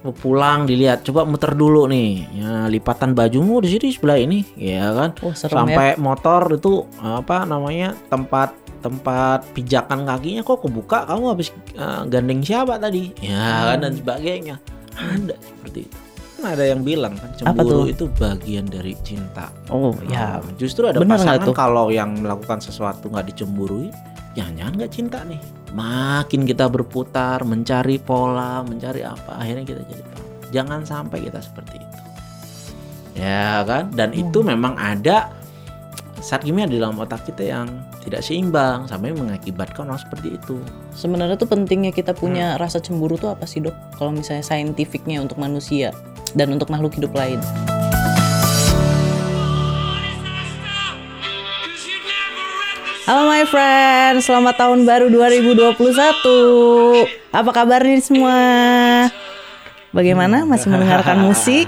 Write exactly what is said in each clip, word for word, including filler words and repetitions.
Mau pulang dilihat, coba muter dulu nih, ya lipatan bajumu di sini sebelah ini, ya kan. Oh, serem Sampai ya. motor itu apa namanya tempat tempat pijakan kakinya kok kebuka, kamu habis uh, gandeng siapa tadi, ya kan, dan sebagainya. Ada seperti itu. Kan ada yang bilang kan cemburu itu bagian dari cinta. Oh ya, Nah, justru ada bener nggak pasangan tuh? kalau yang melakukan sesuatu nggak dicemburui, jangan-jangan nggak cinta nih. Makin kita berputar mencari pola, mencari apa, akhirnya kita jadi paham. Jangan sampai kita seperti itu, ya kan. Dan Hmm. itu memang ada zat kimia di dalam otak kita yang tidak seimbang sampai mengakibatkan orang seperti itu. Sebenarnya tuh pentingnya kita punya rasa cemburu tuh apa sih, Dok? Kalau misalnya saintifiknya untuk manusia dan untuk makhluk hidup lain. Halo my friend, selamat tahun baru dua ribu dua puluh satu. Apa kabar nih semua? Bagaimana, masih mendengarkan musik?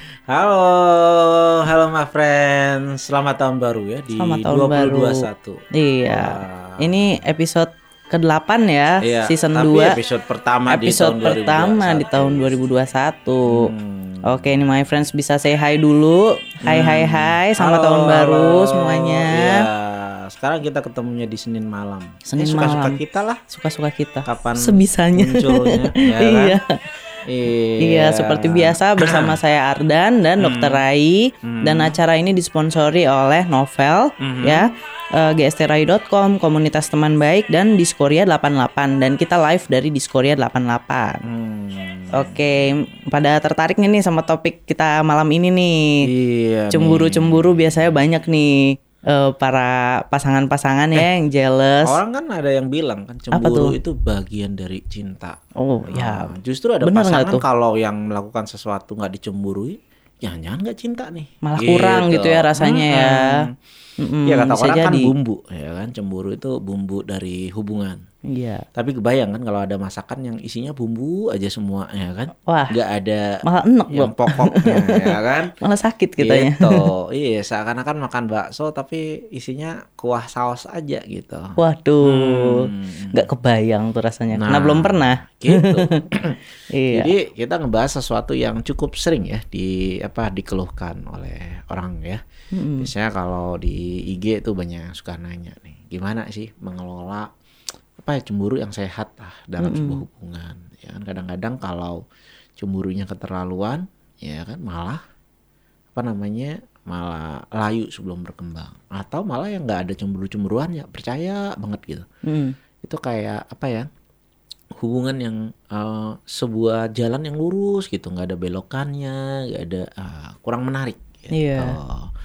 Halo, halo my friend, selamat tahun baru ya di Selamat tahun dua ribu dua puluh satu. baru. Iya, Wah. Ini episode kedelapan ya, Iya, season tapi dua. episode pertama di Episode tahun pertama di tahun dua ribu dua puluh satu. Hmm. Oke, ini my friends bisa say hi dulu. Hai hai hai, selamat Halo, tahun baru halo. semuanya. Iya, sekarang kita ketemunya di Senin malam. Senin Eh, suka-suka malam. kita lah. Suka-suka kita. Kapan sebisanya. munculnya, ya kan? Iya. Iya. Iya, seperti biasa bersama saya Ardan dan dokter Rai. Dan acara ini disponsori oleh Novel, ya, uh, g s t rai dot com, komunitas teman baik, dan Diskoria delapan puluh delapan. Dan kita live dari Diskoria delapan puluh delapan. Hmm. Oke, pada tertarik nih nih sama topik kita malam ini nih. Iya. Cemburu-cemburu biasanya banyak nih eh, para pasangan-pasangan ya yang jealous. Orang kan ada yang bilang kan Apa tuh? cemburu itu bagian dari cinta. Oh ya, Nah, justru ada bener nggak pasangan tuh? kalau yang melakukan sesuatu nggak dicemburui, jangan-jangan nggak cinta nih. Malah kurang gitu ya rasanya ya. Mm-mm, Ya kata bisa orang kan jadi. bumbu, ya kan, cemburu itu bumbu dari hubungan. Iya. Tapi kebayang kan kalau ada masakan yang isinya bumbu aja semua, ya kan? Wah, Nggak ada malah enak yang Dok. pokoknya, ya kan? Malah sakit kitanya. Gitu. Iya, seakan-akan makan bakso tapi isinya kuah saus aja gitu. Waduh, Hmm. nggak kebayang tuh rasanya. Nah. Karena belum pernah. Gitu. Iya. Jadi kita ngebahas sesuatu yang cukup sering ya di apa dikeluhkan oleh orang ya. Biasanya kalau di I G itu banyak yang suka nanya nih, gimana sih mengelola apa ya cemburu yang sehat lah dalam sebuah hubungan. Ya kan kadang-kadang kalau cemburunya keterlaluan, ya kan malah apa namanya malah layu sebelum berkembang, atau malah yang nggak ada cemburu-cemburuan ya percaya banget gitu. Mm. Itu kayak apa ya? Hubungan yang uh, sebuah jalan yang lurus gitu, nggak ada belokannya, nggak ada uh, kurang menarik. Gitu. Iya.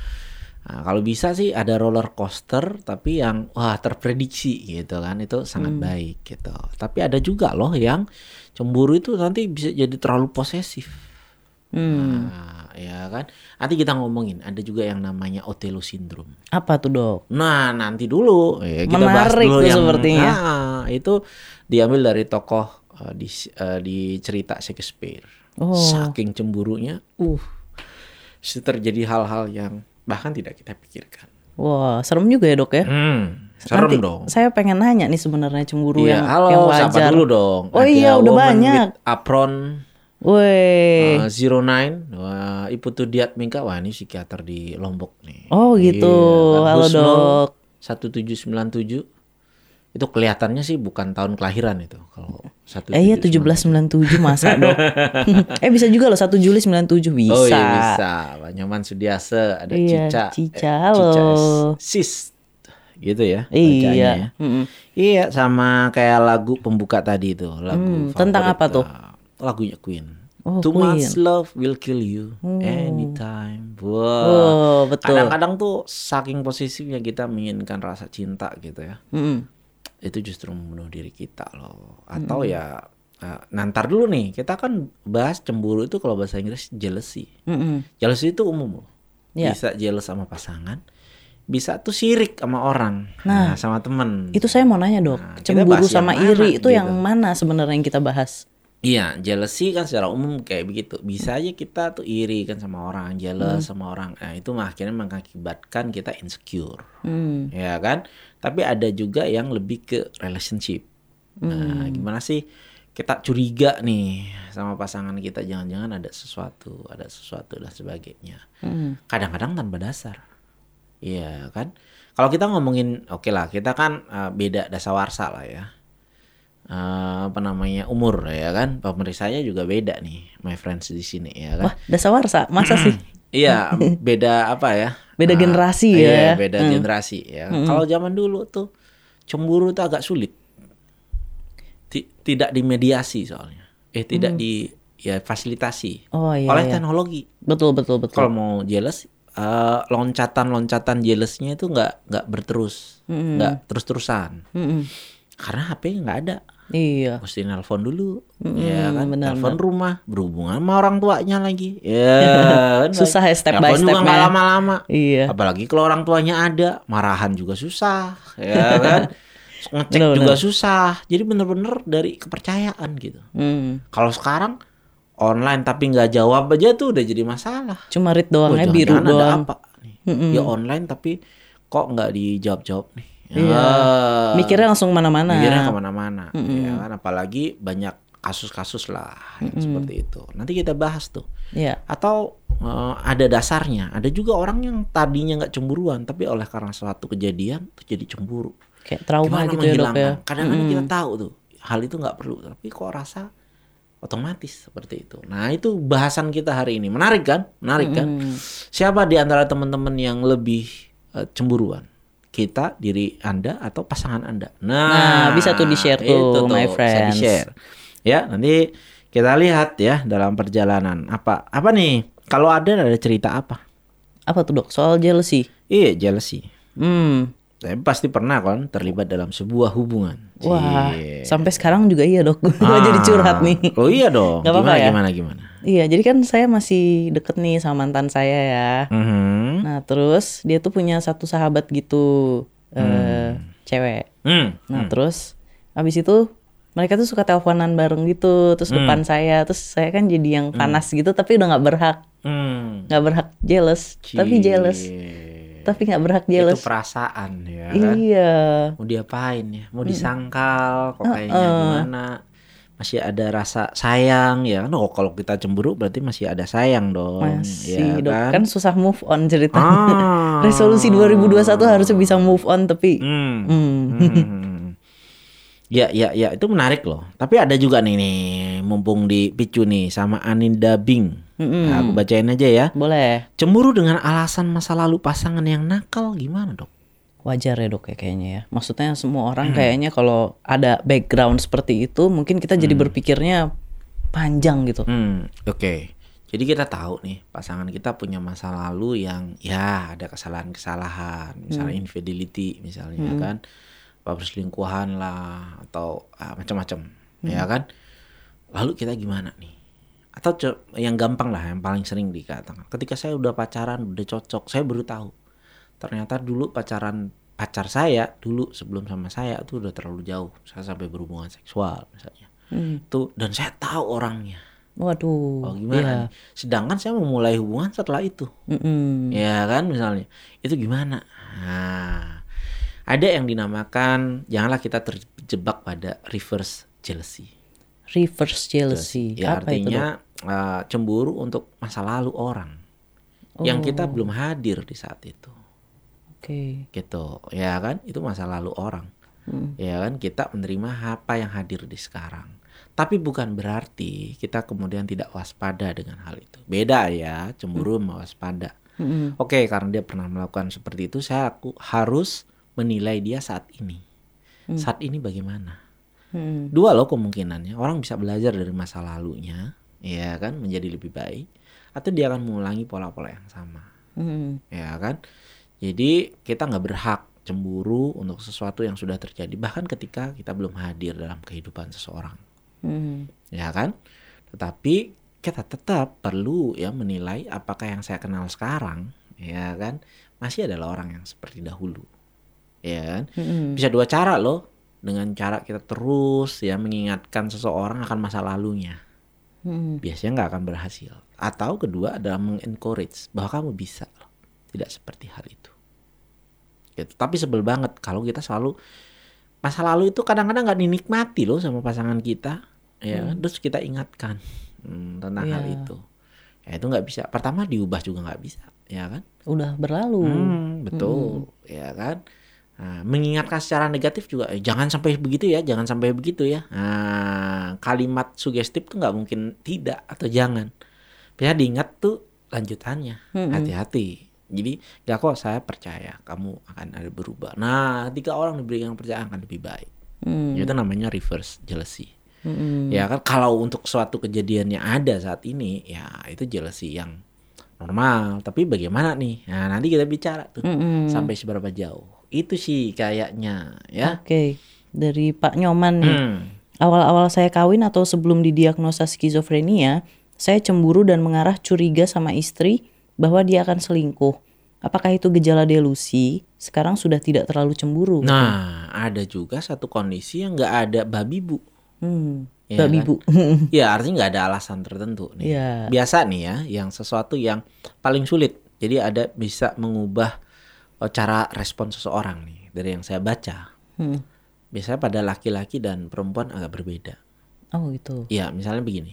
Nah, kalau bisa sih ada roller coaster tapi yang wah terprediksi gitu kan, itu sangat baik gitu. Tapi ada juga loh yang cemburu itu nanti bisa jadi terlalu posesif. Hmm. Nah, ya kan. Nanti kita ngomongin ada juga yang namanya Othello syndrome. Apa tuh Dok? Nah, nanti dulu ya, kita bahas Menarik dulu tuh yang sepertinya. nah, itu diambil dari tokoh uh, di uh, di cerita Shakespeare. Oh. Saking cemburunya, uh, bisa terjadi hal-hal yang bahkan tidak kita pikirkan. Wah, serem juga ya Dok ya. Hmm, serem Nanti dong. saya pengen nanya nih sebenarnya cemburu Iya, yang halo, yang sapa wajar. dulu dong. Oh Ada iya, udah Woman banyak. with Apron Woi. uh, zero nine, wah, Iputu Diat Mingka, wah ini psikiater di Lombok nih. Oh gitu. Iya, Halo Husnul, Dok. satu tujuh sembilan tujuh. Itu kelihatannya sih bukan tahun kelahiran itu kalau satu Eh iya tujuh belas sembilan puluh tujuh masa Dok. Eh bisa juga loh satu Juli sembilan puluh tujuh bisa. Oh iya bisa. Pak Nyoman Sudiase, ada Iya, Cica. Cica, eh, halo. Cica sis. Gitu ya Iya. bacaannya ya. Mm-mm. Iya, sama kayak lagu pembuka tadi itu, lagu Hmm, tentang favorit, apa tuh? uh, lagunya Queen. Oh, Too Queen. much love will kill you anytime. Wah. Oh, betul. Kadang-kadang tuh saking posesifnya kita menginginkan rasa cinta gitu ya. Mm-mm. Itu justru membunuh diri kita loh. Atau ya uh, nantar dulu nih, kita kan bahas cemburu itu kalau bahasa Inggris jealousy. Mm-mm. Jealousy itu umum loh. Iya. Bisa jealous sama pasangan, bisa tuh sirik sama orang, nah, sama temen. Itu saya mau nanya Dok, Nah, kita cemburu bahas yang sama mana iri itu gitu. yang mana sebenarnya yang kita bahas? Iya, jealousy kan secara umum kayak begitu. Bisa aja kita tuh iri kan sama orang, jealous sama orang. Nah, itu mah akhirnya mengakibatkan kita insecure. Hmm. Ya kan? Tapi ada juga yang lebih ke relationship. Nah, gimana sih kita curiga nih sama pasangan kita, jangan-jangan ada sesuatu, ada sesuatu dan sebagainya. Hmm. Kadang-kadang tanpa dasar. Iya kan? Kalau kita ngomongin, oke okay lah, kita kan uh, beda dasawarsa lah ya. Uh, apa namanya umur ya kan, pemeriksaannya juga beda nih, my friends di sini ya kan. Wah, dasawarsa masa sih? Iya, beda apa ya? Beda uh, generasi ya. Iya, beda hmm. generasi ya. Hmm. Kalau zaman dulu tuh cemburu tuh agak sulit, T- tidak dimediasi soalnya, eh tidak hmm. di ya fasilitasi oh, iya, oleh iya. teknologi. Betul betul betul. Kalau mau jealous, uh, loncatan-loncatan jealousnya itu nggak nggak berterus, nggak hmm. terus-terusan, hmm. karena H P nggak ada. Iya. Mesti nelpon dulu, hmm, ya kan. Benar, Nelpon benar. rumah, berhubungan sama orang tuanya lagi. Ya, susah ya step by step. Nelpon juga nggak lama-lama. Iya. Apalagi kalau orang tuanya ada, marahan juga susah, ya kan. Ngecek bener, juga bener. susah. Jadi bener-bener dari kepercayaan gitu. Hmm. Kalau sekarang online tapi nggak jawab aja tuh udah jadi masalah. Cuma read doang ya, biru doang. Ada apa nih? Hmm. Ya online tapi kok nggak dijawab-jawab nih. Iya. Uh, Mikirnya langsung mana-mana. Mikirnya kemana-mana, mm-hmm. ya kan. Apalagi banyak kasus-kasus lah yang mm-hmm. seperti itu. Nanti kita bahas tuh. Yeah. Atau uh, ada dasarnya. Ada juga orang yang tadinya nggak cemburuan, tapi oleh karena suatu kejadian tuh jadi cemburu. Kayak trauma gimana gitu ya dok ya. Kadang-kadang mm-hmm. kita tahu tuh hal itu nggak perlu, tapi kok rasa otomatis seperti itu. Nah itu bahasan kita hari ini. Menarik kan? Menarik mm-hmm. kan? Siapa di antara teman-teman yang lebih uh, cemburuan? Kita, diri Anda, atau pasangan Anda. Nah, nah bisa tuh di-share tuh, my friends. Bisa di-share. Ya, nanti kita lihat ya dalam perjalanan. Apa apa nih? Kalau ada, ada cerita apa? Apa tuh dok? Soal jealousy? Iya, jealousy. Hmm. Saya pasti pernah kan terlibat dalam sebuah hubungan. Wah, Cie. Sampai sekarang juga iya dok. Ah, jadi curhat nih. Oh iya dong. Gak apa-apa ya? Gimana, gimana? Iya, jadi kan saya masih deket nih sama mantan saya ya. Mm-hmm. Nah, terus dia tuh punya satu sahabat gitu, mm. uh, cewek. Mm. Nah, mm. terus abis itu mereka tuh suka teleponan bareng gitu, terus mm. depan saya, terus saya kan jadi yang panas mm. gitu, tapi udah nggak berhak, nggak mm. berhak jealous, Cie. tapi jealous. Tapi nggak berhak jealous. Itu perasaan ya kan. Iya. Mau diapain ya? Mau disangkal kok kayaknya uh, uh. gimana? Masih ada rasa sayang ya kan. Oh kalau kita cemburu berarti masih ada sayang dong. Masih ya, dong. Kan? Kan susah move on ceritanya. Ah. Resolusi dua ribu dua puluh satu harusnya bisa move on tapi. Hmm. Hmm. Hmm. Ya ya ya itu menarik loh. Tapi ada juga nih nih mumpung dipicu nih sama Aninda Bing. Mm-hmm. Nah, aku bacain aja ya. Boleh. Cemburu dengan alasan masa lalu pasangan yang nakal gimana dok? Wajar ya dok ya kayaknya ya. Maksudnya semua orang hmm. kayaknya kalau ada background seperti itu mungkin kita jadi hmm. berpikirnya panjang gitu. Hmm. Oke. Okay. Jadi kita tahu nih pasangan kita punya masa lalu yang ya ada kesalahan-kesalahan, misalnya hmm. infidelity misalnya hmm. kan, perselingkuhan lah atau ah, macam-macam, hmm. ya kan. Lalu kita gimana nih? Atau co- yang gampang lah, yang paling sering dikatakan. Ketika saya udah pacaran, udah cocok, saya baru tahu. Ternyata dulu pacaran pacar saya dulu sebelum sama saya tuh udah terlalu jauh. Saya sampai berhubungan seksual misalnya. Hmm. Tuh dan saya tahu orangnya. Waduh. Oh gimana? Yeah. Sedangkan saya memulai hubungan setelah itu. Mm-mm. Ya kan misalnya. Itu gimana? Nah, ada yang dinamakan janganlah kita terjebak pada reverse jealousy. Reverse jealousy. Ya, apa artinya itu? Uh, cemburu untuk masa lalu orang oh. yang kita belum hadir di saat itu. Oke. Okay. Gitu, ya kan? Itu masa lalu orang. Hmm. Ya kan? Kita menerima apa yang hadir di sekarang. Tapi bukan berarti kita kemudian tidak waspada dengan hal itu. Beda ya, cemburu sama hmm. waspada. Hmm. Oke, okay, karena dia pernah melakukan seperti itu, saya aku harus menilai dia saat ini. Hmm. Saat ini bagaimana? Hmm. Dua loh kemungkinannya. Orang bisa belajar dari masa lalunya, ya kan, menjadi lebih baik, atau dia akan mengulangi pola-pola yang sama, hmm. ya kan. Jadi kita nggak berhak cemburu untuk sesuatu yang sudah terjadi, bahkan ketika kita belum hadir dalam kehidupan seseorang, hmm. ya kan. Tetapi kita tetap perlu ya menilai apakah yang saya kenal sekarang, ya kan, masih adalah orang yang seperti dahulu, ya kan. Hmm. Bisa dua cara loh. Dengan cara kita terus ya mengingatkan seseorang akan masa lalunya, hmm. biasanya nggak akan berhasil. Atau kedua adalah mengencourage bahwa kamu bisa loh, tidak seperti hal itu. Gitu. Tapi sebel banget kalau kita selalu masa lalu itu kadang-kadang nggak dinikmati loh sama pasangan kita. ya Hmm. terus kita ingatkan hmm, tentang Iya. hal itu. Ya itu nggak bisa. Pertama diubah juga nggak bisa, ya kan? Udah berlalu. Hmm, betul, ya kan? Nah, mengingatkan secara negatif juga, eh, jangan sampai begitu ya, jangan sampai begitu ya. Nah, kalimat sugestif tuh nggak mungkin tidak atau jangan. Biasa diingat tuh lanjutannya, hati-hati. Jadi, gak kok saya percaya kamu akan ada berubah. Nah, ketika orang diberikan kepercayaan akan lebih baik. Hmm. Itu namanya reverse jealousy. Mm-mm. Ya kan, kalau untuk suatu kejadian yang ada saat ini, ya itu jealousy yang normal. Tapi bagaimana nih? Nah, nanti kita bicara tuh Mm-mm. sampai seberapa jauh. Itu sih kayaknya ya. Oke, dari Pak Nyoman nih. Hmm. Awal-awal saya kawin atau sebelum didiagnosa skizofrenia, saya cemburu dan mengarah curiga sama istri bahwa dia akan selingkuh. Apakah itu gejala delusi? Sekarang sudah tidak terlalu cemburu. Nah, ada juga satu kondisi yang nggak ada babi bu. Hmm. Ya Babi kan? Bu. Ya artinya nggak ada alasan tertentu nih. Iya. Biasa nih ya, yang sesuatu yang paling sulit. Jadi ada bisa mengubah oh, cara respon seseorang nih dari yang saya baca. Hmm. Biasanya pada laki-laki dan perempuan agak berbeda. Oh gitu. Ya misalnya begini.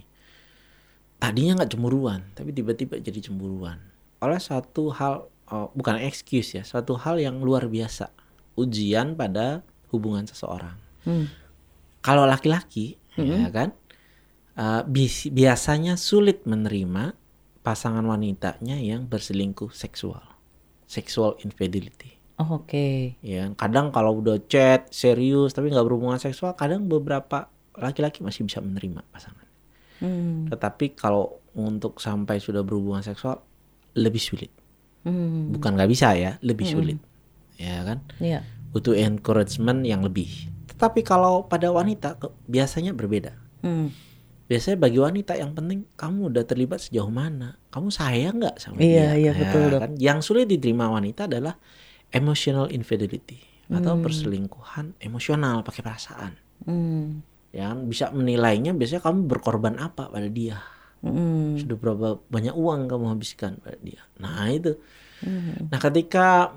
Tadinya nggak cemburuan, tapi tiba-tiba jadi cemburuan. Oleh suatu hal, oh, bukan excuse ya, suatu hal yang luar biasa. Ujian pada hubungan seseorang. Hmm. Kalau laki-laki, ya kan, uh, bis- biasanya sulit menerima pasangan wanitanya yang berselingkuh seksual, sexual infidelity. Oh, oke. Ya, kadang kalau udah chat serius tapi nggak berhubungan seksual, kadang beberapa laki-laki masih bisa menerima pasangan. Hmm. Tetapi kalau untuk sampai sudah berhubungan seksual lebih sulit. Hmm. Bukan nggak bisa ya, lebih sulit, ya kan? Iya. Butuh encouragement yang lebih. Tetapi kalau pada wanita ke- biasanya berbeda. Hmm. Biasanya bagi wanita yang penting kamu udah terlibat sejauh mana, kamu sayang nggak sama Iya, dia. iya, Ya betul, Dok. kan? Yang sulit diterima wanita adalah emotional infidelity atau Hmm. perselingkuhan emosional pakai perasaan. Hmm. Ya kan? Bisa menilainya biasanya kamu berkorban apa pada dia, Hmm. sudah berapa banyak uang kamu habiskan pada dia. Nah itu. Hmm. Nah ketika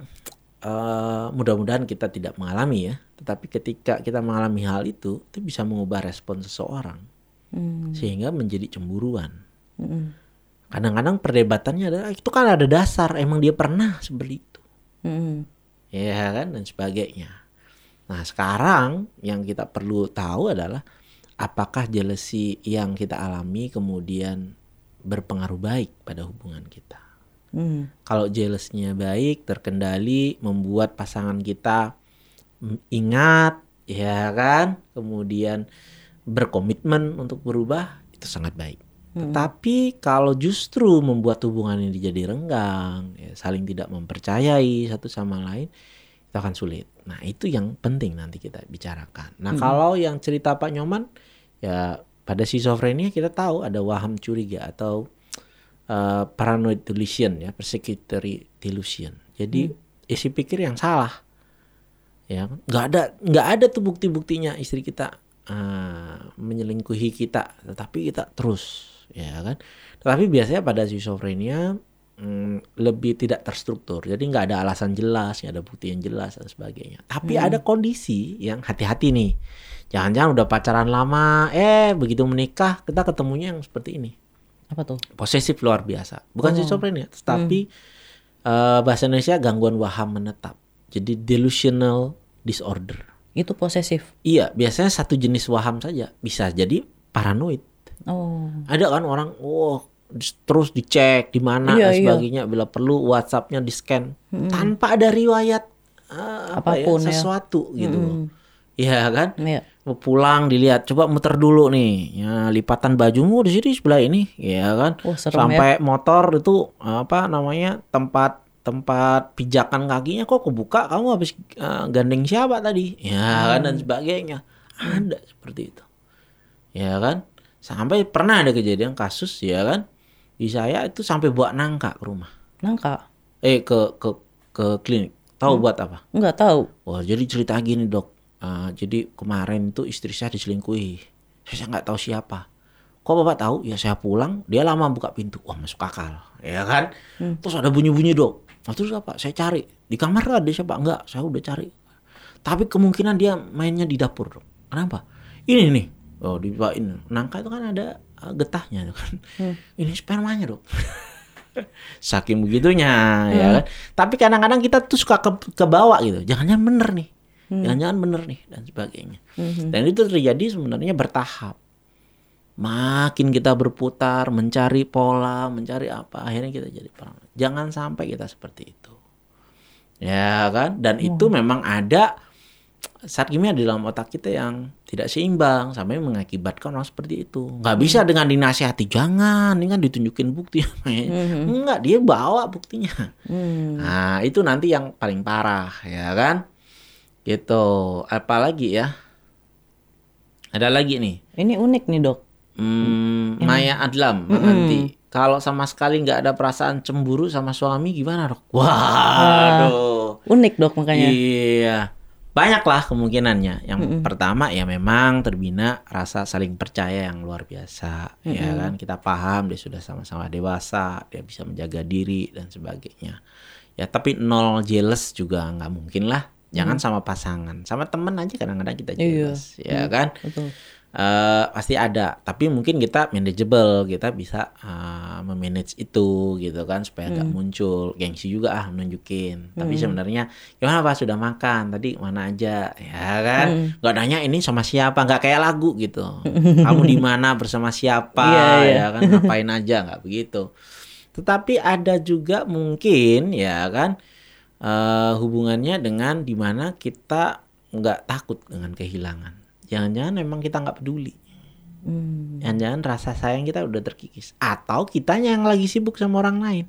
uh, mudah-mudahan kita tidak mengalami ya, tetapi ketika kita mengalami hal itu, itu bisa mengubah respon seseorang. Hmm. Sehingga menjadi cemburuan. Hmm. Kadang-kadang perdebatannya adalah itu kan ada dasar, emang dia pernah seperti itu, Hmm. ya kan, dan sebagainya. Nah sekarang yang kita perlu tahu adalah apakah jealousy yang kita alami kemudian berpengaruh baik pada hubungan kita. Hmm. Kalau jealousy-nya baik, terkendali, membuat pasangan kita mm, ingat, ya kan, kemudian berkomitmen untuk berubah, itu sangat baik. Tetapi kalau justru membuat hubungan ini jadi renggang, ya, saling tidak mempercayai satu sama lain, itu akan sulit. Nah itu yang penting nanti kita bicarakan. Nah kalau yang cerita Pak Nyoman, ya pada schizophrenia kita tahu ada waham curiga atau uh, paranoid delusion, ya persecutory delusion. Jadi isi pikir yang salah, ya nggak ada nggak ada tuh bukti-buktinya istri kita Uh, menyelingkuhi kita, tetapi kita terus, ya kan. Tetapi biasanya pada schizophrenia mm, lebih tidak terstruktur, jadi nggak ada alasan jelas, nggak ada bukti yang jelas dan sebagainya. Tapi ada kondisi yang hati-hati nih, jangan-jangan udah pacaran lama, eh begitu menikah kita ketemunya yang seperti ini, Apa tuh? posesif luar biasa, bukan Oh. schizophrenia, tetapi uh, bahasa Indonesia gangguan waham menetap, jadi delusional disorder. Itu posesif. Iya, biasanya satu jenis waham saja, bisa jadi paranoid. Oh. Ada kan orang, oh terus dicek di mana Iya, dan iya. sebagainya, bila perlu WhatsApp-nya di scan tanpa ada riwayat uh, apa ya, Apapun ya. sesuatu gitu. Iya kan? Iya. Mau pulang dilihat, coba muter dulu nih, ya, lipatan bajumu di sini sebelah ini, ya kan? Oh, serem Sampai motor itu apa namanya tempat tempat pijakan kakinya kok kebuka, kamu habis uh, gandeng siapa tadi, ya kan, dan sebagainya. Ada seperti itu, ya kan. Sampai pernah ada kejadian kasus, ya kan, di saya itu sampai bawa nangka ke rumah, Nangka? eh ke ke ke klinik. Tahu buat apa? Enggak tahu. Wah, jadi cerita gini dok. Uh, jadi kemarin itu istri saya diselingkuhi. Saya nggak tahu siapa. Kok bapak tahu? Ya saya pulang, dia lama buka pintu. Wah masuk akal, ya kan? Terus ada bunyi-bunyi dok. Nah, terus apa? Saya cari di kamar ada siapa? Enggak, saya udah cari. Tapi kemungkinan dia mainnya di dapur dok. Kenapa? Ini nih Oh, dibawain. Nangka itu kan ada uh, getahnya kan. Hmm. Ini spermanya, Dok. Saking begitunya hmm. ya kan. Tapi kadang-kadang kita tuh suka ke kebawa gitu. Jangan-jangan bener nih. Hmm. Jangan-jangan bener nih dan sebagainya. Hmm. Dan itu terjadi sebenarnya bertahap. Makin kita berputar, mencari pola, mencari apa, akhirnya kita jadi paranoid. Jangan sampai kita seperti itu. Ya kan? Dan hmm. itu memang ada zat kimia di dalam otak kita yang tidak seimbang sampai mengakibatkan orang seperti itu. Nggak bisa dengan dinasihati, jangan, ini kan ditunjukin bukti. Mm-hmm. Enggak, dia bawa buktinya. Mm. Nah itu nanti yang paling parah, ya kan? Gitu. Apalagi ya? Ada lagi nih. Ini unik nih, Dok. Hmm, Maya Adlam mm-hmm. nanti. Kalau sama sekali nggak ada perasaan cemburu sama suami gimana, Dok? Waduh. Uh, unik, Dok, makanya. Iya. Banyaklah kemungkinannya. Yang mm-hmm. pertama ya memang terbina rasa saling percaya yang luar biasa. Mm-hmm. Ya kan, kita paham dia sudah sama-sama dewasa, dia bisa menjaga diri dan sebagainya. Ya tapi nol jealous juga nggak mungkin lah. Jangan mm-hmm. sama pasangan, sama temen aja kadang-kadang kita jealous, iya. ya mm-hmm. kan? Betul. Uh, pasti ada, tapi mungkin kita manageable, kita bisa uh, memanage itu gitu kan supaya nggak hmm. muncul gengsi juga ah nunjukin. Hmm. Tapi sebenarnya gimana Pak, sudah makan tadi mana aja ya kan? Nggak hmm. nanya ini sama siapa, nggak kayak lagu gitu. Kamu di mana bersama siapa yeah, yeah. ya kan? Ngapain aja, nggak begitu. Tetapi ada juga mungkin ya kan uh, hubungannya dengan di mana kita nggak takut dengan kehilangan. Jangan-jangan memang kita nggak peduli. Hmm. Jangan-jangan rasa sayang kita udah terkikis. Atau kitanya yang lagi sibuk sama orang lain.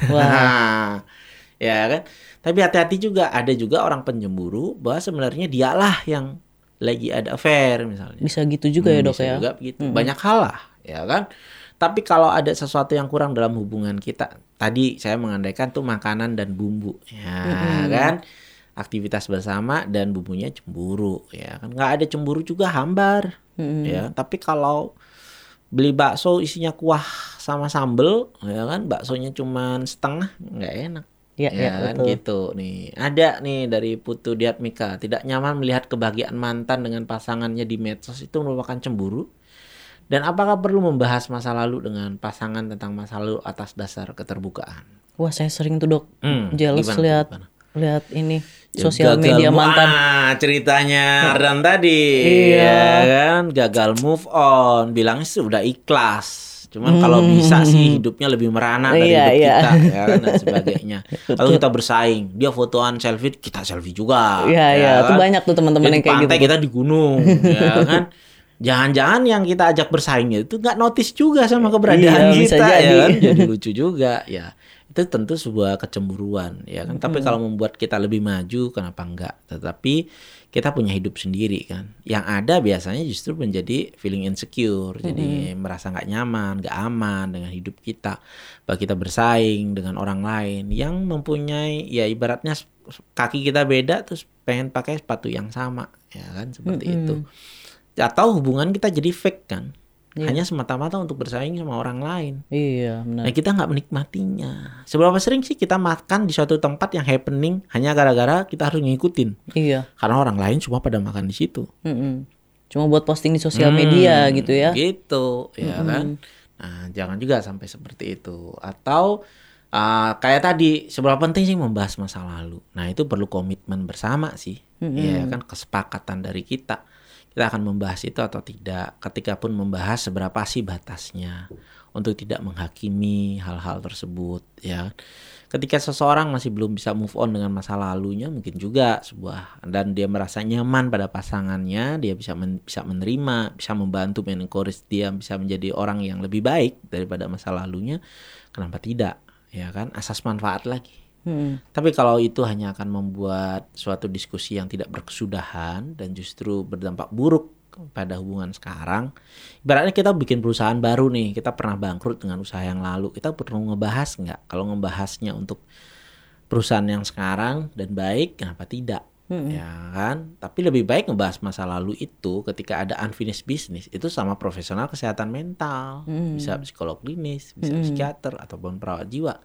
Wah. Ya kan? Tapi hati-hati juga. Ada juga orang pencemburu bahwa sebenarnya dialah yang lagi ada affair misalnya. Bisa gitu juga hmm, ya Dok bisa ya? Juga begitu. Hmm. Banyak hal lah. Ya kan? Tapi kalau ada sesuatu yang kurang dalam hubungan kita. Tadi saya mengandaikan tuh makanan dan bumbu. Ya hmm. kan? Aktivitas bersama dan bumbunya cemburu ya kan, nggak ada cemburu juga hambar hmm. ya. Tapi kalau beli bakso isinya kuah sama sambel ya kan, baksonya cuman setengah, nggak enak ya, ya, ya kan betul. Gitu nih. Ada nih dari Putu Diatmika, tidak nyaman melihat kebahagiaan mantan dengan pasangannya di medsos itu merupakan cemburu. Dan apakah perlu membahas masa lalu dengan pasangan tentang masa lalu atas dasar keterbukaan? Wah, saya sering tuh Dok hmm, jealous gimana, lihat gimana? lihat ini sosial media mantan. Ah, ceritanya Ardan tadi iya. ya kan, gagal move on, bilangnya sudah ikhlas. Cuman hmm. kalau bisa sih hidupnya lebih merana dari iya, hidup iya. kita ya kan dan sebagainya. Kalau kita bersaing, dia fotoan selfie, kita selfie juga. Iya, ya iya, kan? Itu banyak tuh teman-teman yang kayak pantai, gitu. Kita di gunung ya kan. Jangan-jangan yang kita ajak bersaingnya itu nggak notice juga sama keberadaan iya, kita jadi. ya kan, jadi lucu juga ya. Itu tentu sebuah kecemburuan ya kan. Hmm. Tapi kalau membuat kita lebih maju, kenapa enggak? Tetapi kita punya hidup sendiri kan. Yang ada biasanya justru menjadi feeling insecure, hmm. jadi merasa nggak nyaman, nggak aman dengan hidup kita. Bahwa kita bersaing dengan orang lain yang mempunyai ya ibaratnya kaki kita beda terus pengen pakai sepatu yang sama ya kan, seperti hmm. itu. Atau hubungan kita jadi fake kan. Iya. Hanya semata-mata untuk bersaing sama orang lain. Iya, benar. Nah, kita nggak menikmatinya. Seberapa sering sih kita makan di suatu tempat yang happening hanya gara-gara kita harus ngikutin? Iya. Karena orang lain cuma pada makan di situ. Mm-mm. Cuma buat posting di sosial media hmm, gitu ya? Gitu, ya Mm-mm. kan. Nah, jangan juga sampai seperti itu. Atau uh, kayak tadi, seberapa penting sih membahas masa lalu? Nah, itu perlu komitmen bersama sih, Mm-mm. ya kan, kesepakatan dari kita. Kita akan membahas itu atau tidak. Ketika pun membahas, seberapa sih batasnya untuk tidak menghakimi hal-hal tersebut ya. Ketika seseorang masih belum bisa move on dengan masa lalunya, mungkin juga sebuah dan dia merasa nyaman pada pasangannya, dia bisa men, bisa menerima, bisa membantu, menencourage dia bisa menjadi orang yang lebih baik daripada masa lalunya. Kenapa tidak? Ya kan, asas manfaat lagi. Hmm. Tapi kalau itu hanya akan membuat suatu diskusi yang tidak berkesudahan dan justru berdampak buruk pada hubungan sekarang, ibaratnya kita bikin perusahaan baru nih, kita pernah bangkrut dengan usaha yang lalu, kita perlu ngebahas nggak? Kalau ngebahasnya untuk perusahaan yang sekarang dan baik, kenapa tidak? Hmm. Ya kan? Tapi lebih baik ngebahas masa lalu itu ketika ada unfinished business itu sama profesional kesehatan mental, hmm. bisa psikolog klinis, bisa hmm. psikiater ataupun perawat jiwa.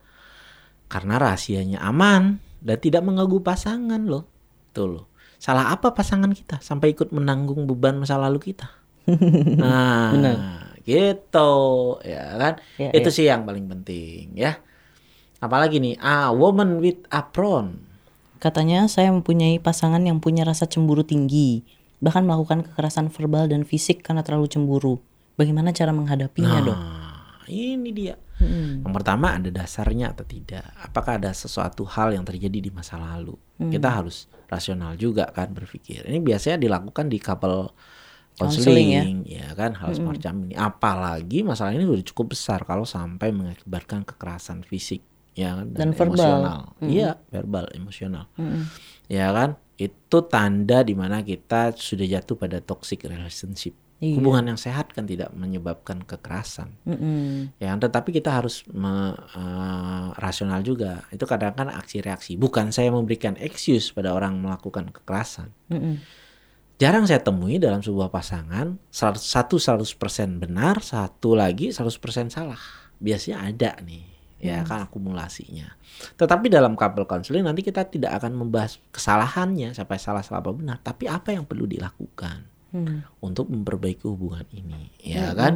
Karena rahasianya aman dan tidak mengganggu pasangan loh. Tuh loh. Salah apa pasangan kita sampai ikut menanggung beban masa lalu kita? Nah, Benar. gitu ya kan. Ya, Itu ya. sih yang paling penting ya. Apalagi nih, ah, woman with apron. Katanya saya mempunyai pasangan yang punya rasa cemburu tinggi, bahkan melakukan kekerasan verbal dan fisik karena terlalu cemburu. Bagaimana cara menghadapinya, Dok? Nah, ini dia. Hmm. Yang pertama, ada dasarnya atau tidak. Apakah ada sesuatu hal yang terjadi di masa lalu? Hmm. Kita harus rasional juga kan berpikir. Ini biasanya dilakukan di couple Counseling, counseling, ya kan, hal semacam ini. Apalagi masalah ini udah cukup besar kalau sampai mengakibatkan kekerasan fisik, ya kan, Dan dan, verbal. emosional. Iya, verbal, emosional. Ya kan, itu tanda dimana kita sudah jatuh pada toxic relationship. Iya. Hubungan yang sehat kan tidak menyebabkan kekerasan. Mm-mm. Ya, tetapi kita harus me, uh, rasional juga. Itu kadang-kadang aksi reaksi. Bukan saya memberikan excuse pada orang melakukan kekerasan. Mm-mm. Jarang saya temui dalam sebuah pasangan satu seratus persen benar, satu lagi seratus persen salah. Biasanya ada nih, ya kan, akumulasinya. Tetapi dalam couple counseling nanti kita tidak akan membahas kesalahannya, siapa salah siapa benar, tapi apa yang perlu dilakukan Hmm. untuk memperbaiki hubungan ini, ya kan?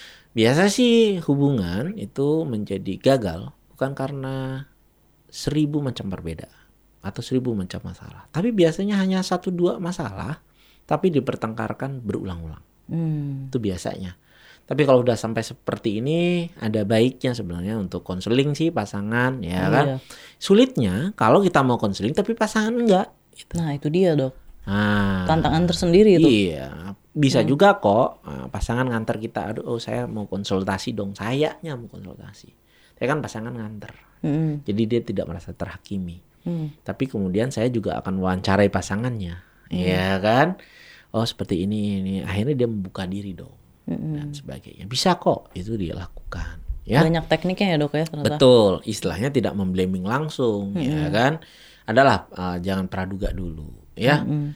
Biasa sih hubungan itu menjadi gagal bukan karena seribu macam berbeda atau seribu macam masalah, tapi biasanya hanya satu dua masalah tapi dipertengkarkan berulang-ulang. Hmm. Itu biasanya. Tapi kalau udah sampai seperti ini, ada baiknya sebenarnya untuk konseling sih pasangan, ya kan? Iya. Sulitnya kalau kita mau konseling tapi pasangan enggak. Gitu. Nah itu dia, Dok. Nah, Tantangan tersendiri itu. iya, bisa juga kok uh, pasangan nganter kita, aduh, oh, saya mau konsultasi dong, sayanya mau konsultasi. Saya kan pasangan nganter, Mm-mm. jadi dia tidak merasa terhakimi. Hmm. Tapi kemudian saya juga akan wawancarai pasangannya, ya kan? Oh seperti ini, ini. Akhirnya dia membuka diri dong, dan sebagainya. Bisa kok itu dilakukan, ya. Banyak tekniknya ya, Dok ya ternyata. Betul, istilahnya tidak memblaming langsung, ya kan? Adalah uh, jangan praduga dulu, ya. Mm-mm.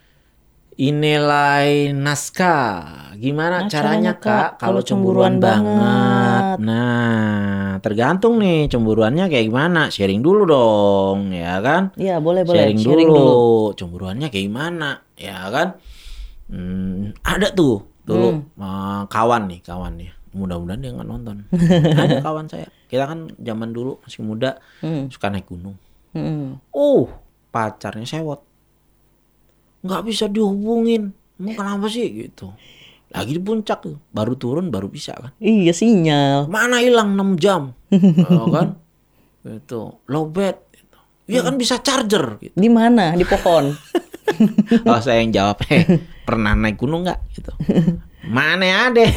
Inilai naskah, gimana Nah, caranya, caranya, Kak, Kak, kalau kalau cemburuan cemburuan banget? banget? Nah, tergantung nih cemburuannya kayak gimana. Sharing dulu dong, ya kan? Iya boleh boleh. Sharing, Sharing dulu. dulu. Cemburuannya kayak gimana, ya kan? Hmm, ada tuh dulu uh, kawan nih, kawan nih. Mudah-mudahan dia nggak nonton. Ada kawan saya. Kita kan zaman dulu masih muda, suka naik gunung. Mm-mm. Oh, pacarnya sewot. Nggak bisa dihubungin. Emang kenapa sih gitu? Lagi di puncak tuh, baru turun baru bisa kan? Iya sinyal. Mana hilang enam jam, oh, kan? Gitu, lowbat. Gitu. Ya kan bisa charger. Gitu. Di mana? Di pohon. Oh saya yang jawab, eh pernah naik gunung nggak? Gitu. Mana ada?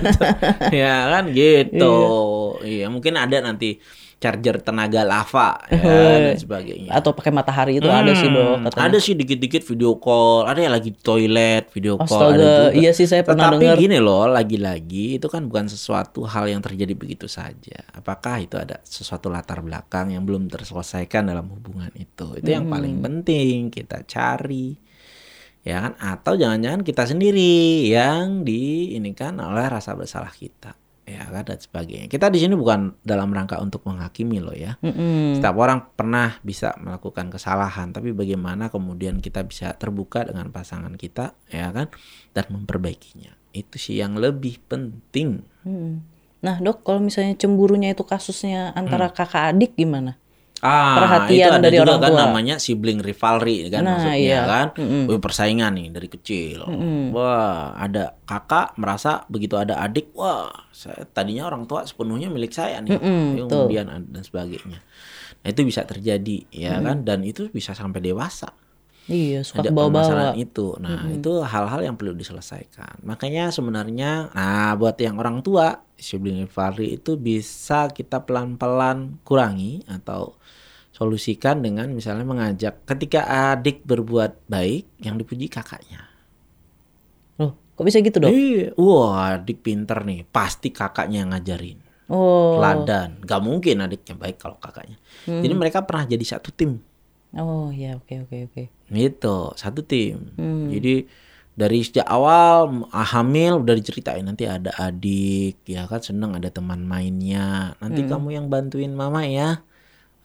Ya kan gitu. Iya mungkin ada nanti charger tenaga lava ya, dan sebagainya. Atau pakai matahari itu ada sih, Dok, katanya. Ada sih dikit-dikit video call, ada yang lagi di toilet video call. Astaga, ada juga. iya sih saya pernah Tetapi dengar. gini loh, lagi-lagi itu kan bukan sesuatu hal yang terjadi begitu saja. Apakah itu ada sesuatu latar belakang yang belum terselesaikan dalam hubungan itu? Itu yang paling penting kita cari. Ya kan? Atau jangan-jangan kita sendiri yang diinikan oleh rasa bersalah kita. Ya kan, dan sebagainya. Kita di sini bukan dalam rangka untuk menghakimi loh ya. Mm-mm. Setiap orang pernah bisa melakukan kesalahan, tapi bagaimana kemudian kita bisa terbuka dengan pasangan kita, ya kan, dan memperbaikinya. Itu sih yang lebih penting. Mm. Nah, Dok, kalau misalnya cemburunya itu kasusnya antara kakak adik gimana? Ah, Perhatian itu ada dari juga orang kan tua. namanya sibling rivalry kan, Nah, maksudnya iya. kan. Wih, persaingan nih dari kecil. Wah, ada kakak merasa begitu ada adik, wah, saya tadinya orang tua sepenuhnya milik saya nih. Mm-mm, Kemudian ada- dan sebagainya. Nah, itu bisa terjadi ya kan, dan itu bisa sampai dewasa. Iya, suka Ada kebawa-bawa. permasalahan itu. Nah, itu hal-hal yang perlu diselesaikan. Makanya sebenarnya, nah buat yang orang tua, sibling rivalry itu bisa kita pelan-pelan kurangi atau solusikan dengan misalnya mengajak ketika adik berbuat baik, yang dipuji kakaknya. Loh, kok bisa gitu, Dok? Iya, wah adik pinter nih, pasti kakaknya yang ngajarin. Oh. Teladan, gak mungkin adiknya baik kalau kakaknya. Jadi mereka pernah jadi satu tim. Oh, ya, oke oke oke. Gitu, satu tim. Jadi dari sejak awal ah, hamil udah diceritain nanti ada adik, ya kan, seneng ada teman mainnya. Nanti kamu yang bantuin mama ya.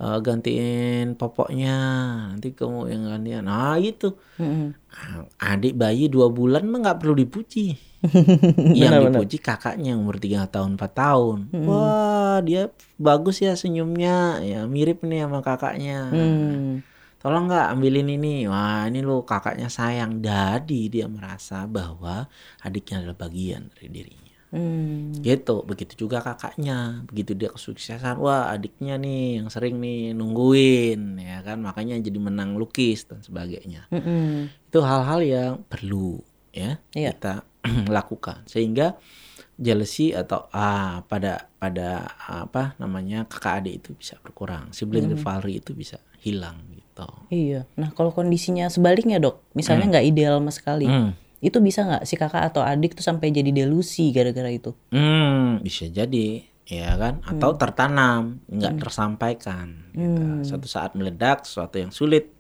uh, gantiin popoknya, nanti kamu yang gantian. Nah gitu. Mm-mm. Adik bayi dua bulan mah nggak perlu dipuji. Yang dipuji kakaknya yang umur tiga tahun empat tahun. Hmm. Wah dia bagus ya senyumnya, ya mirip nih sama kakaknya. Hmm. Tolong nggak ambilin ini. Wah ini lo kakaknya sayang. Jadi dia merasa bahwa adiknya adalah bagian dari dirinya. Hmm. Gitu. Begitu juga kakaknya. Begitu dia kesuksesan, wah adiknya nih yang sering nih nungguin, ya kan, makanya jadi menang lukis dan sebagainya. Hmm. Itu hal-hal yang perlu ya yeah. kita lakukan sehingga jealousy atau ah pada pada apa namanya kakak adik itu bisa berkurang, sibling hmm. rivalry itu bisa hilang gitu. Iya. Nah kalau kondisinya sebaliknya dok, misalnya nggak hmm. ideal sama sekali, hmm. itu bisa nggak si kakak atau adik tuh sampai jadi delusi gara-gara itu? Hmm, bisa jadi ya kan, atau hmm. tertanam nggak hmm. tersampaikan. Gitu. Hmm. Suatu saat meledak, sesuatu yang sulit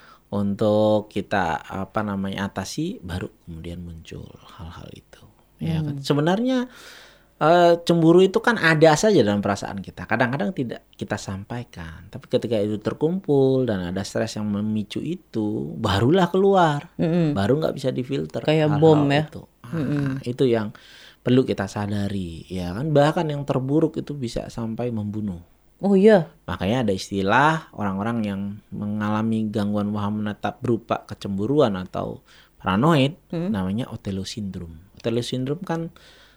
untuk kita apa namanya atasi, baru kemudian muncul hal-hal itu. Hmm. Ya kan. Sebenarnya uh, cemburu itu kan ada saja dalam perasaan kita. Kadang-kadang tidak kita sampaikan, tapi ketika itu terkumpul dan ada stres yang memicu itu, barulah keluar. Hmm. Baru nggak bisa difilter. Kayak bom ya. Itu. Nah, hmm. itu yang perlu kita sadari, ya kan. Bahkan yang terburuk itu bisa sampai membunuh. Oh iya. Makanya ada istilah orang-orang yang mengalami gangguan paham menetap berupa kecemburuan atau paranoid, hmm. namanya Othello syndrome. Othello syndrome kan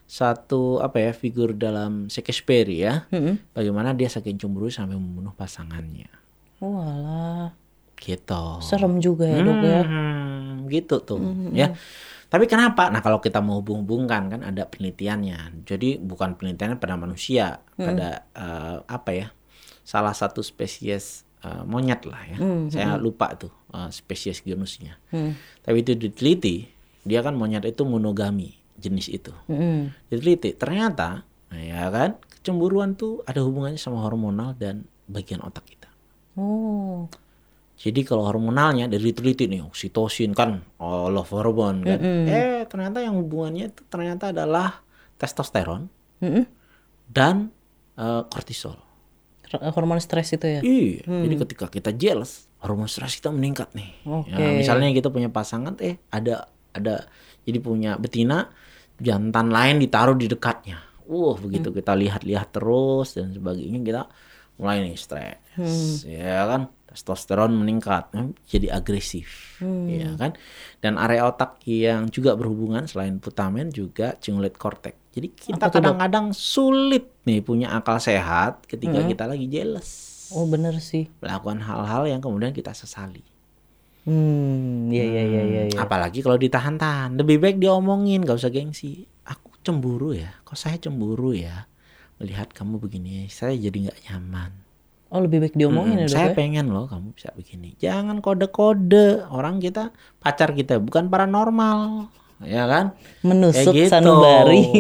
satu apa ya figur dalam Shakespeare ya. Hmm. Bagaimana dia saking cemburu sampai membunuh pasangannya. Walah. Gitu. Serem juga ya dok ya. Hmm, gitu tuh hmm. ya. Tapi kenapa? Nah kalau kita mau hubung-hubungkan kan ada penelitiannya. Jadi bukan penelitiannya pada manusia, hmm. pada uh, apa ya, salah satu spesies uh, monyet lah ya. Hmm. Saya lupa tuh uh, spesies genusnya. Hmm. Tapi itu diteliti, dia kan monyet itu monogami jenis itu. Hmm. Diteliti, ternyata ya kan kecemburuan tuh ada hubungannya sama hormonal dan bagian otak kita. Oh. Jadi kalau hormonalnya dari teliti nih, oksitosin kan, oh, love hormone kan. Mm-hmm. Eh ternyata yang hubungannya itu ternyata adalah testosteron mm-hmm. dan uh, kortisol. Hormon stres itu ya? Iya, hmm. jadi ketika kita jealous, hormon stres kita meningkat nih. Okay. Ya, misalnya kita punya pasangan, eh ada ada jadi punya betina, jantan lain ditaruh di dekatnya. Wah, begitu hmm. kita lihat-lihat terus dan sebagainya, kita mulai nih stres, hmm. ya kan? Testosteron meningkat, jadi agresif, hmm. ya kan? Dan area otak yang juga berhubungan selain putamen juga cingulate cortex. Jadi kita kadang-kadang sulit nih punya akal sehat ketika hmm. kita lagi jealous. Oh bener sih. Melakukan hal-hal yang kemudian kita sesali. Hmm, ya ya ya ya. Apalagi kalau ditahan-tahan, lebih baik diomongin, gak usah gengsi. Aku cemburu ya, kok saya cemburu ya melihat kamu begini, saya jadi nggak nyaman. Oh lebih baik diomongin hmm, ya dok saya ya? pengen loh kamu bisa begini. Jangan kode-kode. Orang kita, pacar kita bukan paranormal, ya kan? Menusuk gitu. sanubari.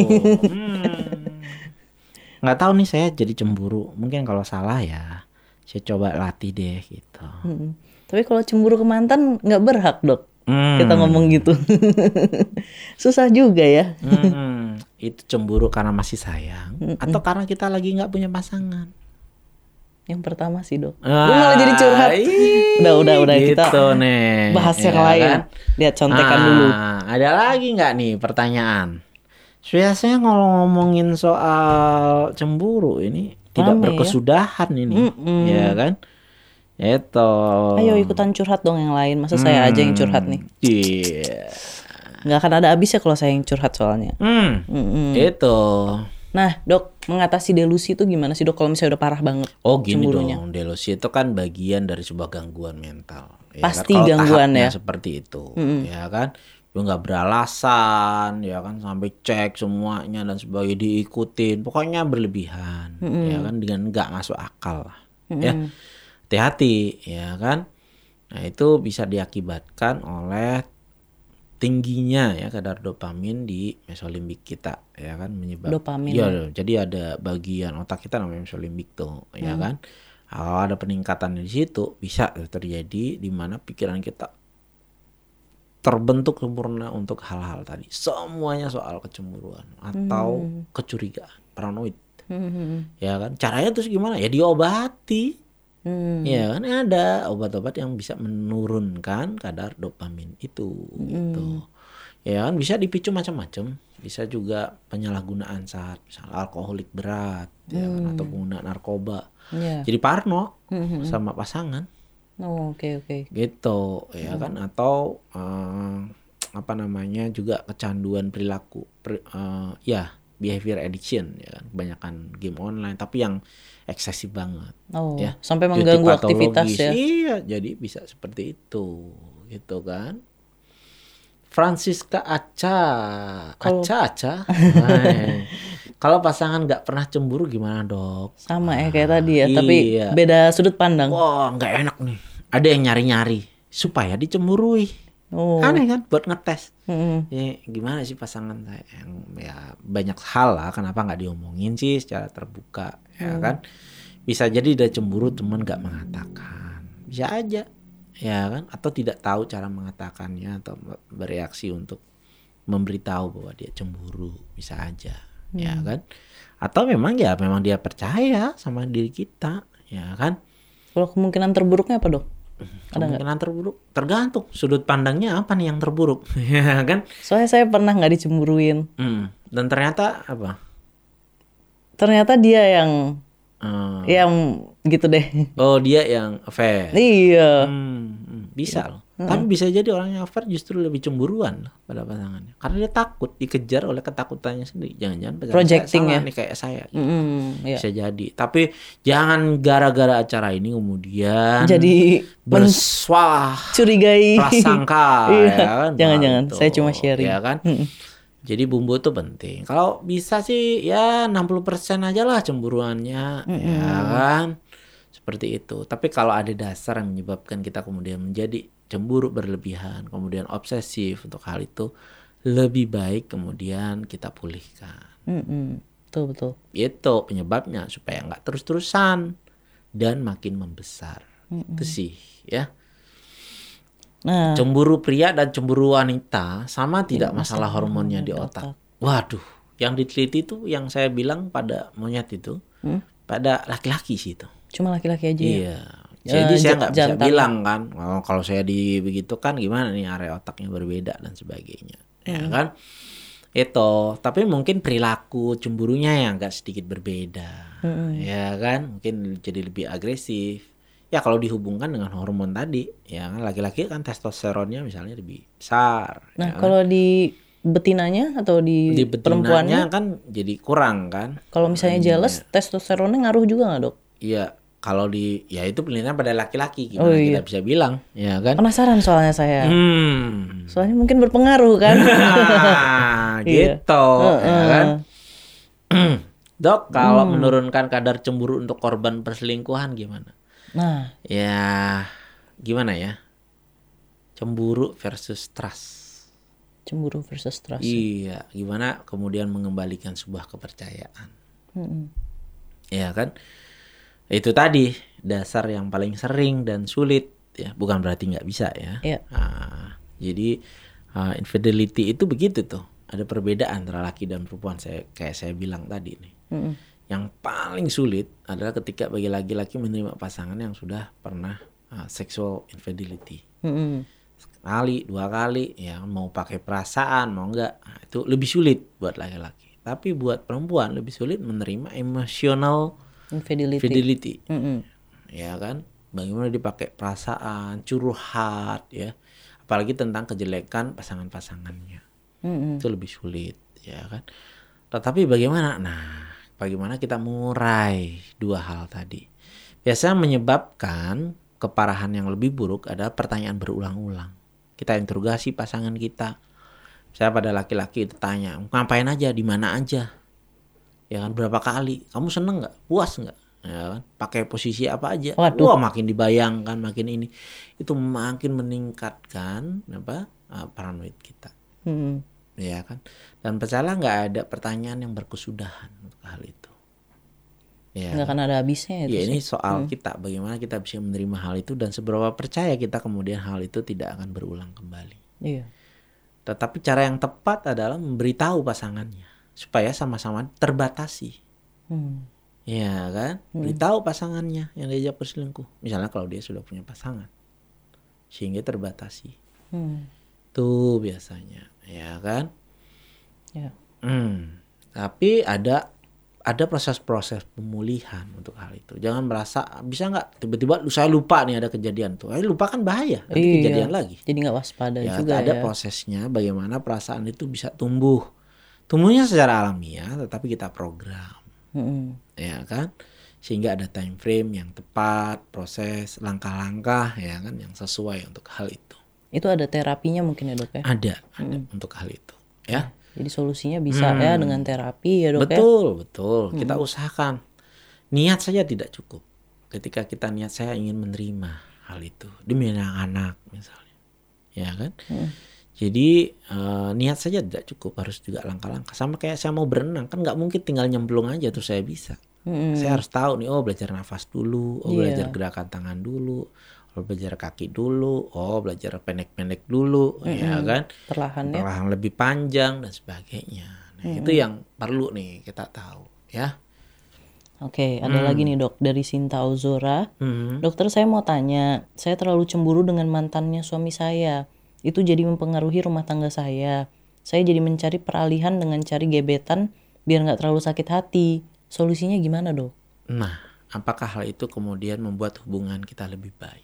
hmm. Nggak tahu nih saya jadi cemburu. Mungkin kalau salah ya saya coba latih deh gitu. Hmm. Tapi kalau cemburu ke mantan nggak berhak dok. Hmm. Kita ngomong gitu. Susah juga ya. hmm. Itu cemburu karena masih sayang hmm. atau karena kita lagi nggak punya pasangan. Yang pertama sih dok. Ah, gue malah jadi curhat. Udah udah udah gitu kita nih. Bahas yang ya lain. Kan? Lihat contekan ah, dulu. Ada lagi nggak nih pertanyaan? Biasanya kalau ngomongin soal cemburu ini Rame tidak berkesudahan ya? Ini, Mm-mm. ya kan? Itu. Ayo ikutan curhat dong yang lain. Masa hmm. saya aja yang curhat nih? Iya. Yeah. Nggak akan ada habisnya kalau saya yang curhat soalnya. Hmm. Itu. Nah dok, mengatasi delusi itu gimana sih dok kalau misalnya udah parah banget? Oh gini cemburunya? Dong, delusi itu kan bagian dari sebuah gangguan mental. Ya Pasti kan? gangguan ya. Seperti itu, mm-hmm. ya kan? Lu nggak beralasan, ya kan? Sampai cek semuanya dan sebagainya diikutin, pokoknya berlebihan, mm-hmm. ya kan? Dengan nggak masuk akal lah, mm-hmm. ya. Hati-hati, ya kan? Nah itu bisa diakibatkan oleh tingginya ya kadar dopamin di mesolimbik kita, ya kan, menyebabkan dopamin. Ya, jadi ada bagian otak kita namanya mesolimbik tuh, hmm. ya kan. Kalau ada peningkatan di situ bisa terjadi di mana pikiran kita terbentuk sempurna untuk hal-hal tadi. Semuanya soal kecemburuan atau hmm. kecurigaan, paranoid. Hmm. Ya kan. Caranya terus gimana? Ya diobati. Hmm. Ya kan ada obat-obat yang bisa menurunkan kadar dopamin itu Hmm. gitu. Ya kan bisa dipicu macam-macam, bisa juga penyalahgunaan saat misalnya alkoholik berat ya kan, atau penggunaan narkoba. Ya. Jadi parno Hmm. sama pasangan Oh, oke oke. gitu ya kan, atau eh, apa namanya juga kecanduan perilaku per- eh, ya behavior addiction ya kan, kebanyakan game online tapi yang eksesif banget. Oh, Ya, sampai beauty mengganggu aktivitas patologis. ya. Iya, jadi bisa seperti itu, gitu kan. Francisca Aca, Kalau- Aca Aca. Hai. Kalau pasangan nggak pernah cemburu gimana dok? Sama ya kayak tadi ya, tapi Iya. beda sudut pandang. Wah nggak enak nih. Ada yang nyari-nyari supaya dicemburui. Oh. Aneh kan buat ngetes. Hmm. Ya, gimana sih pasangan saya yang ya banyak hal lah kenapa nggak diomongin sih secara terbuka ya kan. Bisa jadi dia cemburu teman nggak mengatakan, bisa aja ya kan, atau tidak tahu cara mengatakannya atau bereaksi untuk memberitahu bahwa dia cemburu, bisa aja ya kan, atau memang ya memang dia percaya sama diri kita ya kan. Kalau kemungkinan terburuknya apa dok? Ada nggak? Kemungkinan terburuk tergantung sudut pandangnya apa nih yang terburuk ya kan. Soalnya saya pernah nggak dicemburuin. Hmm. Dan ternyata apa? Ternyata dia yang Hmm. yang gitu deh. Oh dia yang affair. Iya. Hmm, hmm, bisa loh. Tapi bisa jadi orang yang affair justru lebih cemburuan loh pada pasangannya. Karena dia takut dikejar oleh ketakutannya sendiri. Jangan-jangan pasangan Projecting saya ya? salah nih kayak saya. Mm, iya. Bisa jadi. Tapi jangan gara-gara acara ini kemudian Jadi bersuah curigai. prasangka Iya. ya kan. Jangan-jangan, Wah, saya itu, cuma sharing. ya kan. Jadi bumbu itu penting. Kalau bisa sih ya enam puluh persen aja lah cemburuannya ya kan. Seperti itu. Tapi kalau ada dasar yang menyebabkan kita kemudian menjadi cemburu berlebihan, kemudian obsesif untuk hal itu, lebih baik kemudian kita pulihkan. Mm-mm. Betul betul. Itu penyebabnya supaya nggak terus-terusan dan makin membesar. Itu sih ya. Nah, Cemburu pria dan cemburu wanita sama tidak masalah hormonnya di otak. Waduh, yang diteliti itu yang saya bilang pada monyet itu, pada laki-laki sih itu. cuma laki-laki aja ya. Iya. Jadi Eh, saya j- nggak bisa jantan. bilang kan, oh, kalau saya di begitu kan gimana nih area otaknya berbeda dan sebagainya, ya kan? Itu, tapi mungkin perilaku cemburunya yang agak sedikit berbeda, ya kan? Mungkin jadi lebih agresif. Ya kalau dihubungkan dengan hormon tadi, ya kan laki-laki kan testosteronnya misalnya lebih besar. Nah, ya kan? kalau di betinanya atau di, Di perempuannya, betinanya kan jadi kurang kan? kalau misalnya jealous, testosteronnya ngaruh juga nggak dok? Iya, kalau di ya itu penelitian pada laki-laki Oh, gimana iya. kita bisa bilang, ya kan? Penasaran soalnya saya. Hmm. Soalnya mungkin berpengaruh kan. Nah, Iya. gitu, ya kan? Dok, kalau Hmm. menurunkan kadar cemburu untuk korban perselingkuhan gimana? Nah, Ya, gimana ya? Cemburu versus trust. cemburu versus trust. Iya, gimana kemudian mengembalikan sebuah kepercayaan. Mm-mm. Ya kan? Itu tadi dasar yang paling sering dan sulit ya, bukan berarti nggak bisa ya. Iya. Nah, jadi uh, infidelity itu begitu tuh. Ada perbedaan antara laki dan perempuan, saya kayak saya bilang tadi nih. Mm-mm. Yang paling sulit adalah ketika bagi laki-laki menerima pasangan yang sudah pernah uh, sexual infidelity. Mm-mm. Sekali, dua kali, ya mau pakai perasaan, mau enggak, nah, itu lebih sulit buat laki-laki. Tapi buat perempuan lebih sulit menerima emotional Infidelity. fidelity, Mm-mm. ya kan? Bagaimana dipakai perasaan, curhat, ya, apalagi tentang kejelekan pasangan-pasangannya, Mm-mm. itu lebih sulit, ya kan? Tetapi bagaimana? Nah, bagaimana kita mengurai dua hal tadi? Biasanya menyebabkan keparahan yang lebih buruk adalah pertanyaan berulang-ulang. Kita interogasi pasangan kita. Saya pada laki-laki itu tanya, ngapain aja, di mana aja, ya kan, berapa kali, kamu seneng nggak, puas nggak, ya kan, pakai posisi apa aja. Waduh. Wah, makin dibayangkan, makin ini, itu makin meningkatkan apa uh, paranoid kita, Mm-mm. ya kan. Dan percayalah nggak ada pertanyaan yang berkesudahan untuk hal itu. Ya, Nggak akan ada habisnya itu ya sih. ini soal kita, bagaimana kita bisa menerima hal itu dan seberapa percaya kita kemudian hal itu tidak akan berulang kembali. Iya. Tetapi cara yang tepat adalah memberitahu pasangannya supaya sama-sama terbatasi. Hmm. Ya kan, Hmm. beritahu pasangannya yang diajak berselingkuh. Misalnya kalau dia sudah punya pasangan, sehingga terbatasi. Hmm. Tuh biasanya, ya kan. Ya. Hmm. Tapi ada ada proses-proses pemulihan untuk hal itu. Jangan merasa bisa nggak tiba-tiba saya lupa nih ada kejadian tuh. Eh, lupa kan bahaya, nanti Iya. kejadian lagi. Jadi nggak waspada Ya, juga ada ya. prosesnya bagaimana perasaan itu bisa tumbuh. Tumbuhnya secara alamiah, tetapi kita program, Hmm. ya kan? Sehingga ada time frame yang tepat, proses, langkah-langkah, ya kan, yang sesuai untuk hal itu. Itu ada terapinya mungkin ya dok ya. Ada, ada untuk hal itu, ya. Jadi solusinya bisa ya dengan terapi ya dok ya. Betul, betul. Kita usahakan. Niat saja tidak cukup. Ketika kita niat saya ingin menerima hal itu demi anak-anak misalnya, ya kan? Jadi eh, niat saja tidak cukup, harus juga langkah-langkah. Sama kayak saya mau berenang, kan nggak mungkin tinggal nyemplung aja tuh saya bisa. Hmm. Saya harus tahu nih, oh belajar nafas dulu, oh Iya. belajar gerakan tangan dulu, oh belajar kaki dulu, oh belajar pendek-pendek dulu, ya kan? Perlahan ya. Perlahan lebih panjang dan sebagainya. Nah, itu yang perlu nih kita tahu, ya. Oke, ada lagi nih dok dari Sinta Ozora. Hmm. Dokter, saya mau tanya, saya terlalu cemburu dengan mantannya suami saya. Itu jadi mempengaruhi rumah tangga saya. Saya jadi mencari peralihan dengan cari gebetan biar nggak terlalu sakit hati. Solusinya gimana dok? Nah, apakah hal itu kemudian membuat hubungan kita lebih baik?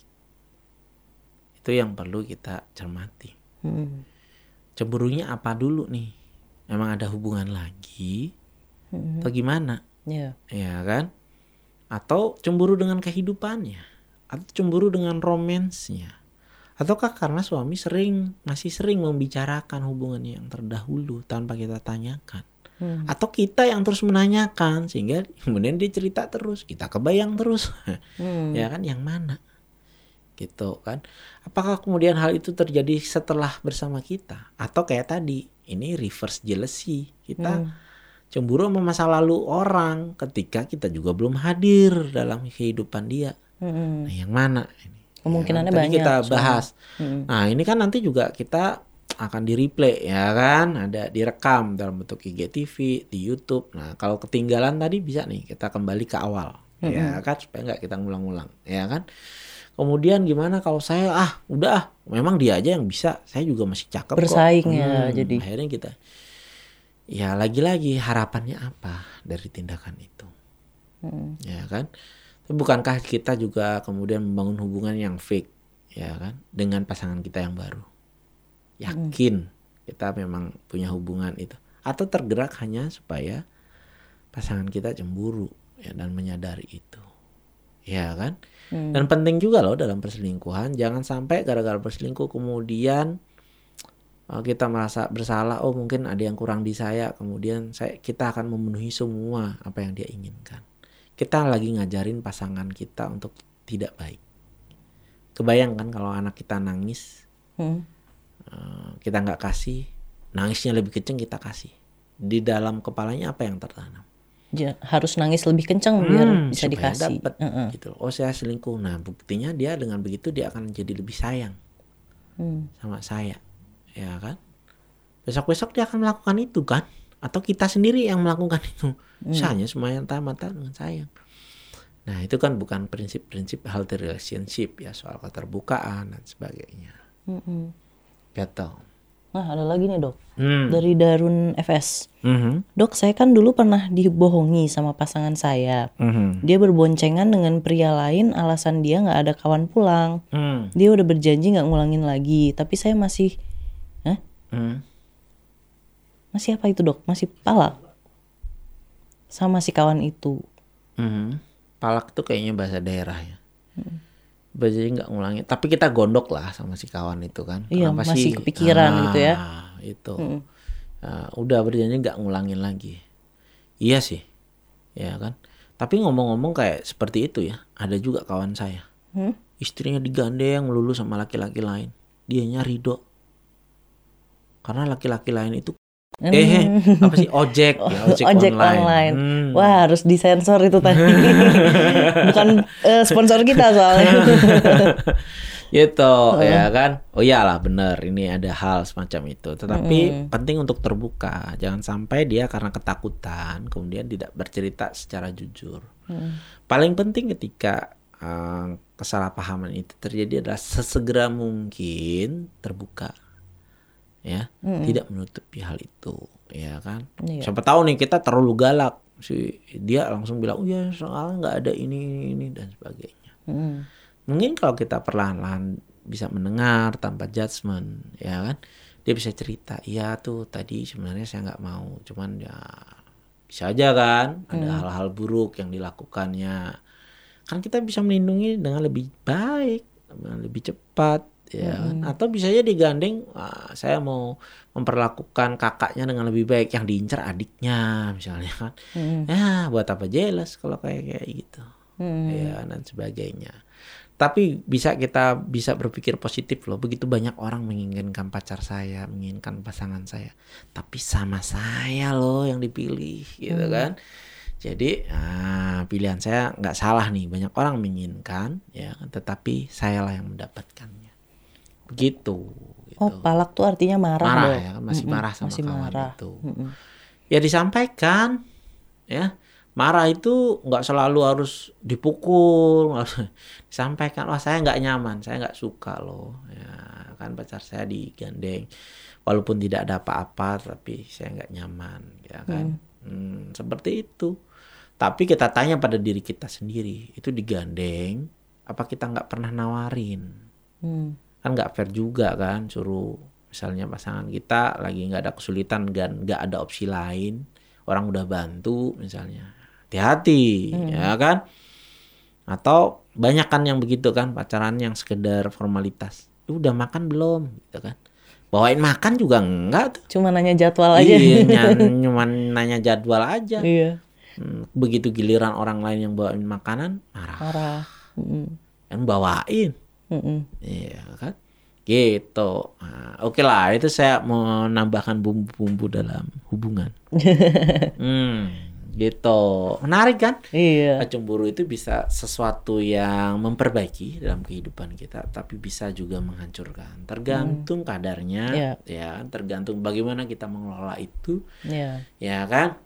Itu yang perlu kita cermati. Hmm. Cemburunya apa dulu nih? Memang ada hubungan lagi? Atau gimana? Ya. Ya kan? Atau cemburu dengan kehidupannya? Atau cemburu dengan romansnya? Ataukah karena suami sering, masih sering membicarakan hubungannya yang terdahulu tanpa kita tanyakan? Hmm. Atau kita yang terus menanyakan sehingga kemudian dia cerita terus, kita kebayang terus. Hmm. Ya kan, yang mana? Gitu kan. Apakah kemudian hal itu terjadi setelah bersama kita? Atau kayak tadi, ini reverse jealousy. Kita hmm. cemburu sama masa lalu orang ketika kita juga belum hadir dalam kehidupan dia. Hmm. Nah, yang mana ini? Kemungkinannya ya, kan? banyak. Tadi kita bahas. Hmm. Nah, ini kan nanti juga kita akan di replay ya kan, ada direkam dalam bentuk I G T V di YouTube. Nah, kalau ketinggalan tadi bisa nih kita kembali ke awal, hmm. ya kan, supaya nggak kita ngulang-ngulang, ya kan. Kemudian gimana kalau saya ah udah ah, memang dia aja yang bisa, saya juga masih cakep bersaing kok. ya, Hmm, jadi akhirnya kita ya lagi-lagi harapannya apa dari tindakan itu, hmm. ya kan. Bukankah kita juga kemudian membangun hubungan yang fake, ya kan, dengan pasangan kita yang baru? Yakin hmm. kita memang punya hubungan itu, atau tergerak hanya supaya pasangan kita cemburu ya dan menyadari itu, ya kan? Hmm. Dan penting juga loh dalam perselingkuhan, jangan sampai gara-gara berselingkuh kemudian uh, kita merasa bersalah, oh mungkin ada yang kurang di saya, kemudian saya kita akan memenuhi semua apa yang dia inginkan. Kita lagi ngajarin pasangan kita untuk tidak baik. Kebayangkan kalau anak kita nangis, hmm. uh, kita nggak kasih, nangisnya lebih kenceng kita kasih. Di dalam kepalanya apa yang tertanam? Ya, harus nangis lebih kenceng biar hmm, bisa supaya dikasih. Dapet, uh-uh. gitu. Oh saya selingkuh. Nah buktinya dia dengan begitu dia akan jadi lebih sayang hmm. sama saya, ya kan? Besok-besok dia akan melakukan itu kan? Atau kita sendiri yang melakukan itu. Misalnya hmm. semata-mata dengan sayang. Nah itu kan bukan prinsip-prinsip healthy relationship ya, soal keterbukaan dan sebagainya. Hmm. Gitu. Nah ada lagi nih dok, hmm. dari Darun F S. Hmm. Dok, saya kan dulu pernah dibohongi sama pasangan saya. Hmm. Dia berboncengan dengan pria lain, alasan dia nggak ada kawan pulang. Hmm. Dia udah berjanji nggak ngulangin lagi, tapi saya masih, Hah? Hmm. masih apa itu dok? Masih palak sama si kawan itu. Hmm. Palak tuh kayaknya bahasa daerah ya. Hmm. Berjanji nggak ngulangin, tapi kita gondok lah sama si kawan itu kan. Iya, Kenapa masih sih? kepikiran ah, gitu ya. Itu. Hmm. Uh, udah berjanji nggak ngulangin lagi. Iya sih, ya kan. Tapi ngomong-ngomong kayak seperti itu ya, ada juga kawan saya, hmm? istrinya digandeng melulu sama laki-laki lain, dianya ridho karena laki-laki lain itu Eh, apa sih ojek ya, ojek, ojek online. online. Hmm. Wah, harus disensor itu tadi. Bukan uh, sponsor kita soalnya. Gitu uh. ya kan. Oh iyalah bener, ini ada hal semacam itu. Tetapi hmm. penting untuk terbuka. Jangan sampai dia karena ketakutan kemudian tidak bercerita secara jujur. Hmm. Paling penting ketika uh, kesalahpahaman itu terjadi adalah sesegera mungkin terbuka. Ya, hmm. tidak menutupi hal itu, ya kan. Iya. Siapa tahu nih kita terlalu galak, si dia langsung bilang, oh ya soalnya nggak ada ini, ini ini dan sebagainya. Hmm. Mungkin kalau kita perlahan-lahan bisa mendengar tanpa judgement, ya kan, dia bisa cerita, iya tuh tadi sebenarnya saya nggak mau, cuman ya bisa aja kan, ada hmm. hal-hal buruk yang dilakukannya, kan kita bisa melindungi dengan lebih baik, dengan lebih cepat. Ya, hmm. atau bisa aja digandeng, wah, saya mau memperlakukan kakaknya dengan lebih baik, yang diincar adiknya misalnya kan, hmm. ya buat apa jelas kalau kayak kayak gitu, hmm. ya dan sebagainya. Tapi bisa kita bisa berpikir positif loh, begitu banyak orang menginginkan pacar saya, menginginkan pasangan saya, tapi sama saya loh yang dipilih, gitu hmm. kan. Jadi nah, pilihan saya nggak salah nih, banyak orang menginginkan, ya, tetapi sayalah yang mendapatkannya. Begitu, gitu. Oh, palak tuh artinya marah, marah dong. Ya, masih Mm-mm, marah sama masih kawan marah. itu. Mm-mm. Ya disampaikan, ya. Marah itu nggak selalu harus dipukul, disampaikan. Wah saya nggak nyaman, saya nggak suka loh. Ya kan pacar saya digandeng, walaupun tidak ada apa-apa, tapi saya nggak nyaman, ya kan. Hmm. Hmm, seperti itu. Tapi kita tanya pada diri kita sendiri, itu digandeng, apa kita nggak pernah nawarin? Hmm. Kan nggak fair juga kan, suruh misalnya pasangan kita lagi nggak ada kesulitan dan nggak ada opsi lain, orang udah bantu misalnya, hati-hati, hmm. ya kan. Atau banyak kan yang begitu kan, pacaran yang sekedar formalitas, udah makan belum gitu kan, bawain makan juga enggak tuh, cuma nanya jadwal aja. Iya, cuma nanya jadwal aja. Iya. Begitu giliran orang lain yang bawain makanan, marah, marah. Mm. Yang bawain. Mm-mm. Iya kan, gitu. Nah, oke lah, itu saya mau nambahkan bumbu-bumbu dalam hubungan. hmm, gitu. Menarik kan? Iya. Cemburu itu bisa sesuatu yang memperbaiki dalam kehidupan kita, tapi bisa juga menghancurkan. Tergantung hmm. kadarnya, yeah. ya. Tergantung bagaimana kita mengelola itu, yeah. ya kan?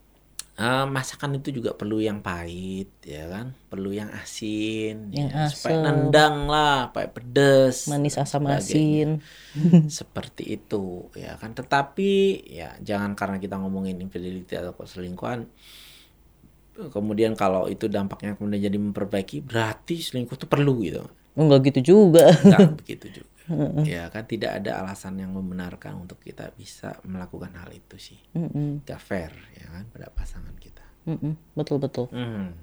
Uh, masakan itu juga perlu yang pahit, ya kan, perlu yang asin, yang ya, asem. supaya nendang lah, supaya pedes, manis asam asin, seperti itu, ya kan. Tetapi ya jangan karena kita ngomongin infidelity atau perselingkuhan, kemudian kalau itu dampaknya kemudian jadi memperbaiki, berarti selingkuh itu perlu gitu. Enggak gitu juga. Enggak begitu juga. Ya kan, tidak ada alasan yang membenarkan untuk kita bisa melakukan hal itu sih. Mm-mm. Gak fair ya kan pada pasangan kita. Mm-mm. Betul betul. Mm.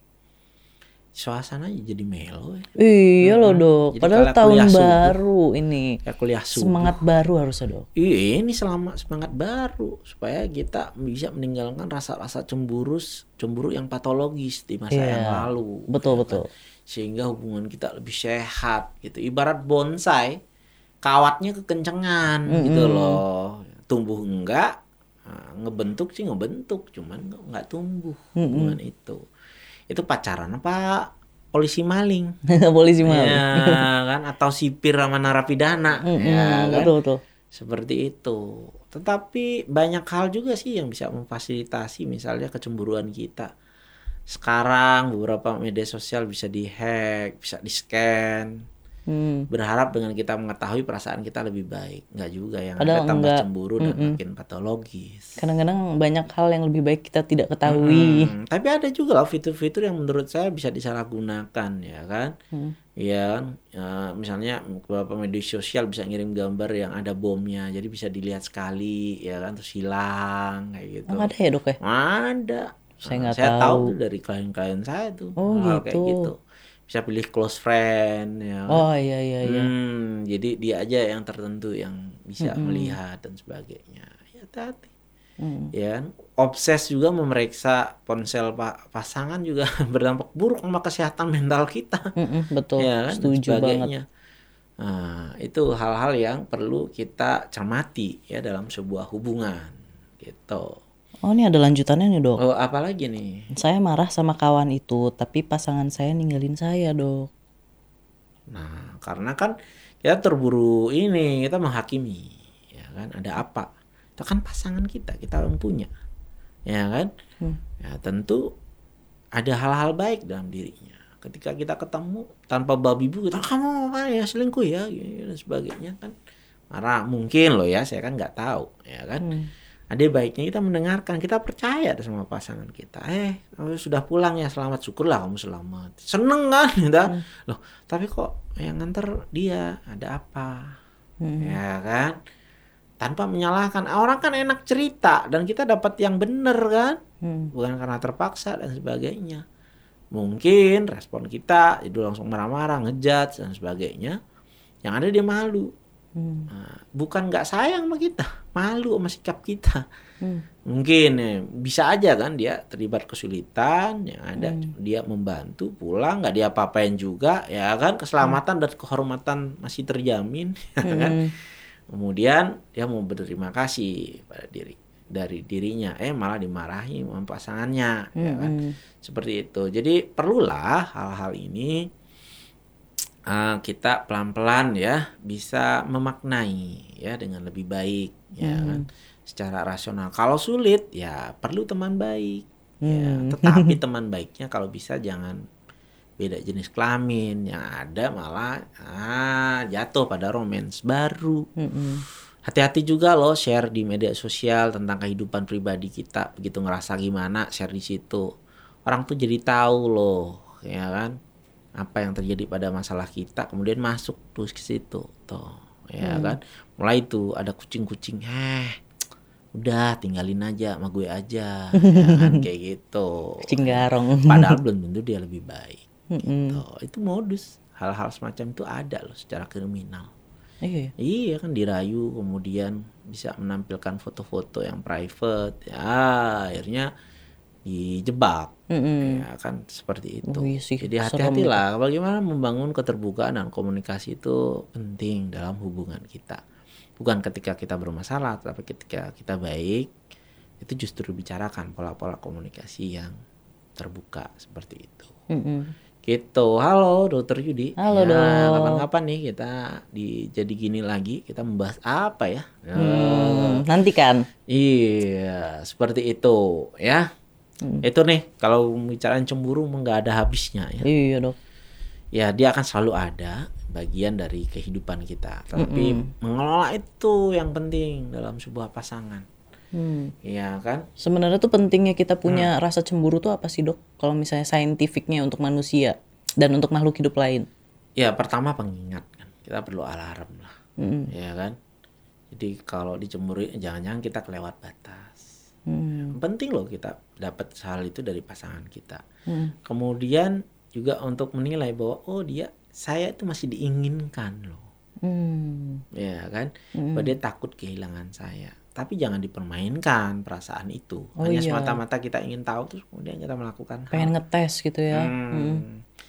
Suasana jadi melo ya. Iya loh dok. Padahal tahun baru subuh. Ini. Kayak kuliah subuh. Semangat baru harusnya dok. Iya, ini selama semangat baru supaya kita bisa meninggalkan rasa-rasa cemburu, cemburu yang patologis di masa yeah. yang lalu. Betul ya betul. Kan? Sehingga hubungan kita lebih sehat gitu. Ibarat bonsai, kawatnya kekencengan mm-hmm. gitu loh. Tumbuh enggak, nah, ngebentuk sih ngebentuk, cuman enggak tumbuh mm-hmm. hubungan itu. Itu pacaran apa polisi maling? Polisi maling. Ya kan, atau sipir sama narapidana. Mm-hmm. Ya kan? Betul betul. Seperti itu. Tetapi banyak hal juga sih yang bisa memfasilitasi misalnya kecemburuan kita. Sekarang beberapa media sosial bisa dihack, bisa di-scan. Hmm. Berharap dengan kita mengetahui perasaan kita lebih baik. Enggak juga, yang padahal ada tambah enggak. cemburu dan Mm-mm. makin patologis. Kadang-kadang banyak hal yang lebih baik kita tidak ketahui. Hmm. Tapi ada juga lah fitur-fitur yang menurut saya bisa disalahgunakan, ya kan? Hmm. Ya, ya, misalnya beberapa media sosial bisa ngirim gambar yang ada bomnya, jadi bisa dilihat sekali, ya kan, terus hilang kayak gitu. Oh, ada ya dok ya? Ada. Saya nah, nggak saya tahu. tahu tuh dari klien-klien saya tuh oh, hal gitu. kayak gitu. Bisa pilih close friend, ya. Oh iya iya iya. Hmm, jadi dia aja yang tertentu yang bisa mm-hmm. melihat dan sebagainya. Ya hati-hati. Mm. Ya, obses juga memeriksa ponsel pa- pasangan juga berdampak buruk sama kesehatan mental kita. Mm-mm, betul. Ya kan? Setuju banget. Nah, itu hal-hal yang perlu kita cermati ya dalam sebuah hubungan. gitu. Oh, ini ada lanjutannya nih, Dok. Oh, apalagi nih? Saya marah sama kawan itu, tapi pasangan saya ninggalin saya, Dok. Nah, karena kan kita terburu ini, kita menghakimi, ya kan? Ada apa? Itu kan pasangan kita, kita orang punya, ya kan? Hmm. Ya tentu ada hal-hal baik dalam dirinya. Ketika kita ketemu tanpa babi bu, kita kamu apa ya selingkuh ya, dan sebagainya kan marah mungkin loh ya, saya kan nggak tahu, ya kan. Hmm. Ada baiknya kita mendengarkan, kita percaya sama pasangan kita. Eh, kamu sudah pulang ya, selamat, syukurlah kamu selamat. Seneng kan, gitu. Hmm. Loh, tapi kok yang nganter dia ada apa, hmm. ya kan? Tanpa menyalahkan, orang kan enak cerita dan kita dapat yang bener kan, hmm. bukan karena terpaksa dan sebagainya. Mungkin respon kita itu langsung marah-marah, ngejudge dan sebagainya. Yang ada dia malu. Hmm. Nah, bukan nggak sayang sama kita, malu sama sikap kita. Hmm. Mungkin ya, bisa aja kan dia terlibat kesulitan, yang ada hmm. dia membantu pulang, nggak dia apa-apain juga, ya kan, keselamatan hmm. dan kehormatan masih terjamin, ya kan. Hmm. Kemudian dia mau berterima kasih pada diri dari dirinya, eh malah dimarahi sama pasangannya, hmm. ya kan, seperti itu. Jadi perlulah hal-hal ini uh, kita pelan-pelan ya bisa memaknai ya dengan lebih baik, ya hmm. kan, secara rasional. Kalau sulit ya perlu teman baik, hmm. ya. Tetapi teman baiknya kalau bisa jangan beda jenis kelamin, yang ada malah ah, jatuh pada romance baru. Hmm. Hati-hati juga loh share di media sosial tentang kehidupan pribadi kita. Begitu ngerasa gimana, share di situ. Orang tuh jadi tahu loh, ya kan, apa yang terjadi pada masalah kita. Kemudian masuk terus ke situ, tuh, ya hmm. kan. Mulai itu ada kucing-kucing, eh, udah tinggalin aja sama gue aja, ya kan, kayak gitu. Kucing garong. Padahal belum tentu dia lebih baik. Hmm. Gitu. Itu modus. Hal-hal semacam itu ada loh secara kriminal. Iya. Iya kan, dirayu kemudian bisa menampilkan foto-foto yang private, ya akhirnya dijebak, mm-hmm. ya kan, seperti itu. Oh, iya sih, jadi hati-hatilah bagaimana membangun keterbukaan dan komunikasi itu penting dalam hubungan kita. Bukan ketika kita bermasalah, tapi ketika kita baik itu justru bicarakan pola-pola komunikasi yang terbuka seperti itu. Mm-hmm. Gitu. Halo Dokter Yudi. Halo, ya, Dok. Kapan-kapan nih kita di jadi gini lagi, kita membahas apa ya? Hmm, nanti kan. Iya, seperti itu ya. Hmm. Itu nih kalau bicarain cemburu nggak ada habisnya ya. Iya, Dok. Ya, dia akan selalu ada bagian dari kehidupan kita. Tapi mm-mm. mengelola itu yang penting dalam sebuah pasangan. Hmm. Iya kan? Sebenarnya tuh pentingnya kita punya hmm. rasa cemburu tuh apa sih, Dok? Kalau misalnya saintifiknya untuk manusia dan untuk makhluk hidup lain. Ya pertama pengingat kan. Kita perlu alarm lah. Hmm. Ya kan? Jadi kalau dicemburi jangan-jangan kita kelewat batas. Hmm. Penting loh kita dapat hal itu dari pasangan kita. Hmm. Kemudian juga untuk menilai bahwa oh dia, saya itu masih diinginkan loh. Hmm. Ya kan? Hmm. Bahwa dia takut kehilangan saya. Tapi jangan dipermainkan perasaan itu. Oh, hanya iya. semata-mata kita ingin tahu terus kemudian kita melakukan pengen hal. Ngetes gitu ya. Hmm. Hmm.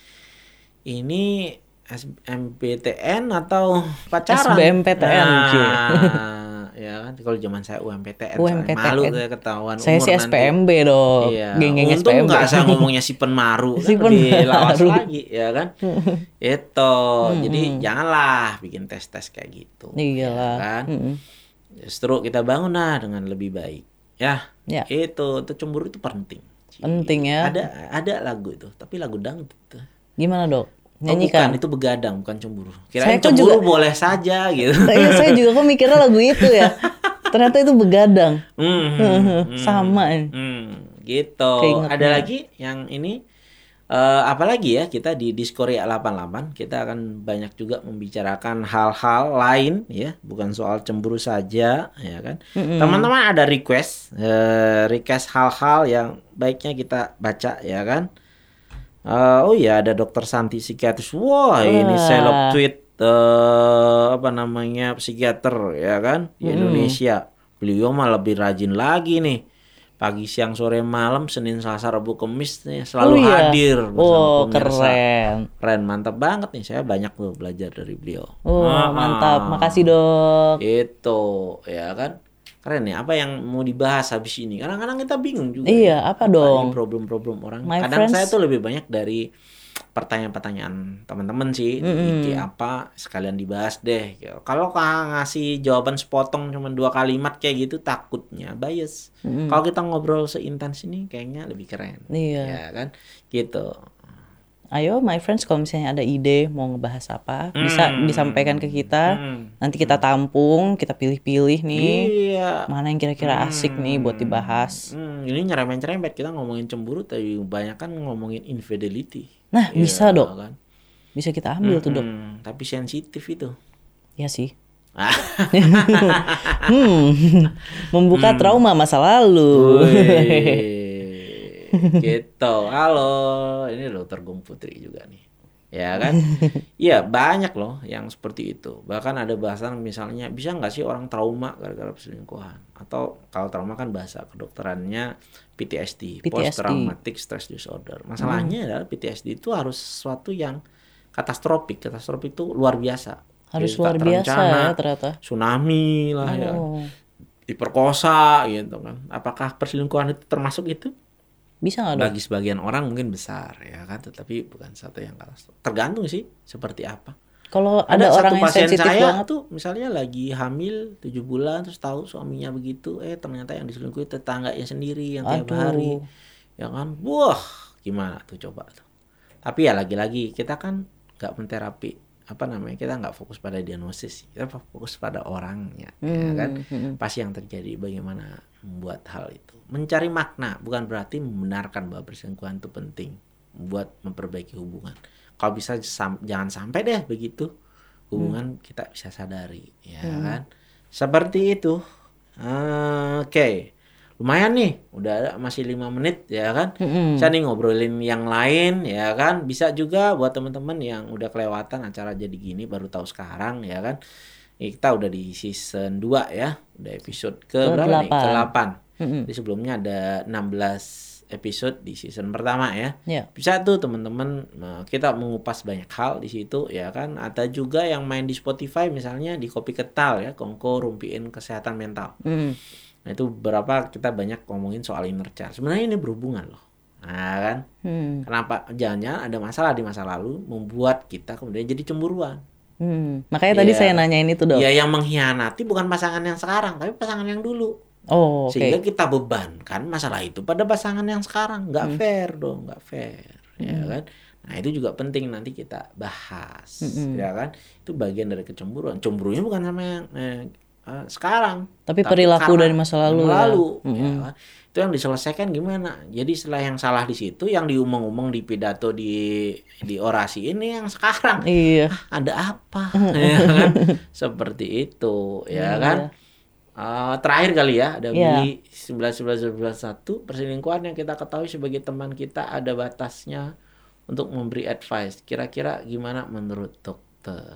Ini S M P T N atau pacaran? S B M P T N. Nah, ya kan kalau zaman saya U M P T N. U M P T N. Malu saya ketahuan saya umur sih S P M B nanti. dong. Iya. Geng-geng Untung S P M B. nggak saya ngomongnya si penmaru. Si kan lebih lawas penmaru. lagi ya kan. Itu. Hmm. Jadi janganlah bikin tes-tes kayak gitu. Iyalah. Ya kan? Hmm. Justru kita bangun nah dengan lebih baik ya, ya. itu itu cemburu itu penting penting ya. Ada ada lagu itu tapi lagu dangdut. Gimana, Dok? Nyanyikan. Oh, bukan, itu begadang bukan cemburu. Kirain cemburu juga, boleh saja gitu. Saya, saya juga kok mikirnya lagu itu ya. Ternyata itu begadang. Mm, mm, sama mm, gitu. Ada lagi yang ini Uh, apalagi ya kita di Diskoria delapan puluh delapan kita akan banyak juga membicarakan hal-hal lain ya, bukan soal cemburu saja ya kan. Mm-hmm. Teman-teman ada request uh, request hal-hal yang baiknya kita baca ya kan. Uh, oh ya ada Dokter Santi psikiatris. Wah, Wah. ini seleb tweet uh, apa namanya psikiater ya kan di mm-hmm. Indonesia. Beliau mah lebih rajin lagi nih. Pagi, siang, sore, malam, Senin, Selasa, Rabu, Kamis nih selalu oh, iya. hadir bersama oh, pemirsa. Keren. Keren, mantap banget nih. Saya banyak tuh belajar dari beliau. Oh, ah, mantap. Makasih, Dok. Itu, ya kan. keren ya, apa yang mau dibahas habis ini. Kadang-kadang kita bingung juga. Iya, ya, apa, apa dong? problem-problem orang. My Kadang friends, saya tuh lebih banyak dari pertanyaan-pertanyaan teman-teman sih mm-mm. di I G apa sekalian dibahas deh. Kalau ngasih jawaban sepotong cuma dua kalimat kayak gitu takutnya bias. Mm-mm. Kalau kita ngobrol seintens ini kayaknya lebih keren. Iya. Ya kan? Gitu. Ayo my friends, kalau misalnya ada ide mau ngebahas apa, bisa Hmm. disampaikan ke kita. Hmm. Nanti kita tampung, kita pilih-pilih nih. Iya. Mana yang kira-kira asik Hmm. nih buat dibahas. Hmm. Ini nyerempet-nyerempet, kita ngomongin cemburu tapi kebanyakan ngomongin infidelity. Nah, Ya, bisa dok. kan? Bisa kita ambil tuh dok. Hmm. Tapi sensitif itu. Ya sih. hmm. Membuka hmm. trauma masa lalu. Gitu. Halo, ini dokter Gung Putri juga nih. Ya kan? Iya, banyak loh yang seperti itu. Bahkan ada bahasan misalnya, bisa nggak sih orang trauma gara-gara perselingkuhan? Atau kalau trauma kan bahasa kedokterannya P T S D, P T S D. Post Traumatic Stress Disorder. Masalahnya hmm. adalah P T S D itu harus sesuatu yang katastrofik. Katastrofik itu luar biasa. Harus Jadi, luar biasa ya ternyata. Tsunami lah oh. ya. Diperkosa gitu kan. Apakah perselingkuhan itu termasuk itu? Bisa nggak dok? Bagi sebagian orang mungkin besar ya kan, tetapi bukan satu yang katastrof. Tergantung sih seperti apa. Kalau ada, ada orang yang sensitif banget tuh, misalnya lagi hamil tujuh bulan terus tahu suaminya begitu, eh ternyata yang diselingkuhi tetangganya sendiri yang tiap Aduh. hari, ya kan, wah gimana tuh coba tuh. Tapi ya lagi-lagi kita kan nggak menterapi, apa namanya, kita nggak fokus pada diagnosis, kita fokus pada orangnya, hmm. ya kan, hmm. pasti yang terjadi bagaimana membuat hal itu. Mencari makna bukan berarti membenarkan bahwa perselingkuhan itu penting buat memperbaiki hubungan. Kalau bisa sam- jangan sampai deh begitu hubungan hmm. kita bisa sadari, ya hmm. kan? Seperti itu. Uh, Oke, okay. Lumayan nih, udah ada masih lima menit ya kan? Hmm. Saya nih ngobrolin yang lain ya kan? Bisa juga buat teman-teman yang udah kelewatan acara jadi gini baru tahu sekarang ya kan? Kita udah di season dua ya, udah episode ke berapa nih? ke delapan. Mm-hmm. Jadi sebelumnya ada enam belas episode di season pertama ya. Yeah. Bisa tuh teman-teman, kita mengupas banyak hal di situ ya kan. Ada juga yang main di Spotify misalnya di Kopi Ketal ya, Kongko Rumpiin Kesehatan Mental. Mm. Nah itu berapa kita banyak ngomongin soal inner child. Sebenarnya ini berhubungan loh. Nah kan. Mm. Kenapa? Jangan-jangan ada masalah di masa lalu membuat kita kemudian jadi cemburuan. Hmm. Makanya ya, tadi saya nanyain itu dok. Ya yang mengkhianati bukan pasangan yang sekarang, tapi pasangan yang dulu. Oh, okay. Sehingga kita bebankan masalah itu pada pasangan yang sekarang. Nggak hmm. fair dong, nggak fair. Hmm. Ya kan? Nah itu juga penting nanti kita bahas. Hmm. Ya kan? Itu bagian dari kecemburuan. Cemburunya bukan sama yang eh, uh, sekarang. Tapi, tapi perilaku dari masa lalu. Ya. lalu Hmm. ya kan? Itu yang diselesaikan gimana? Jadi setelah yang salah di situ, yang diumong-umong di pidato di di orasi ini yang sekarang. Iya. Ah, ada apa? ya kan? Seperti itu, ya iya. kan? Uh, terakhir kali ya, ada yeah. Billy sembilan sebelas dua satu, perselingkuhan yang kita ketahui sebagai teman kita ada batasnya untuk memberi advice. Kira-kira gimana menurut dokter?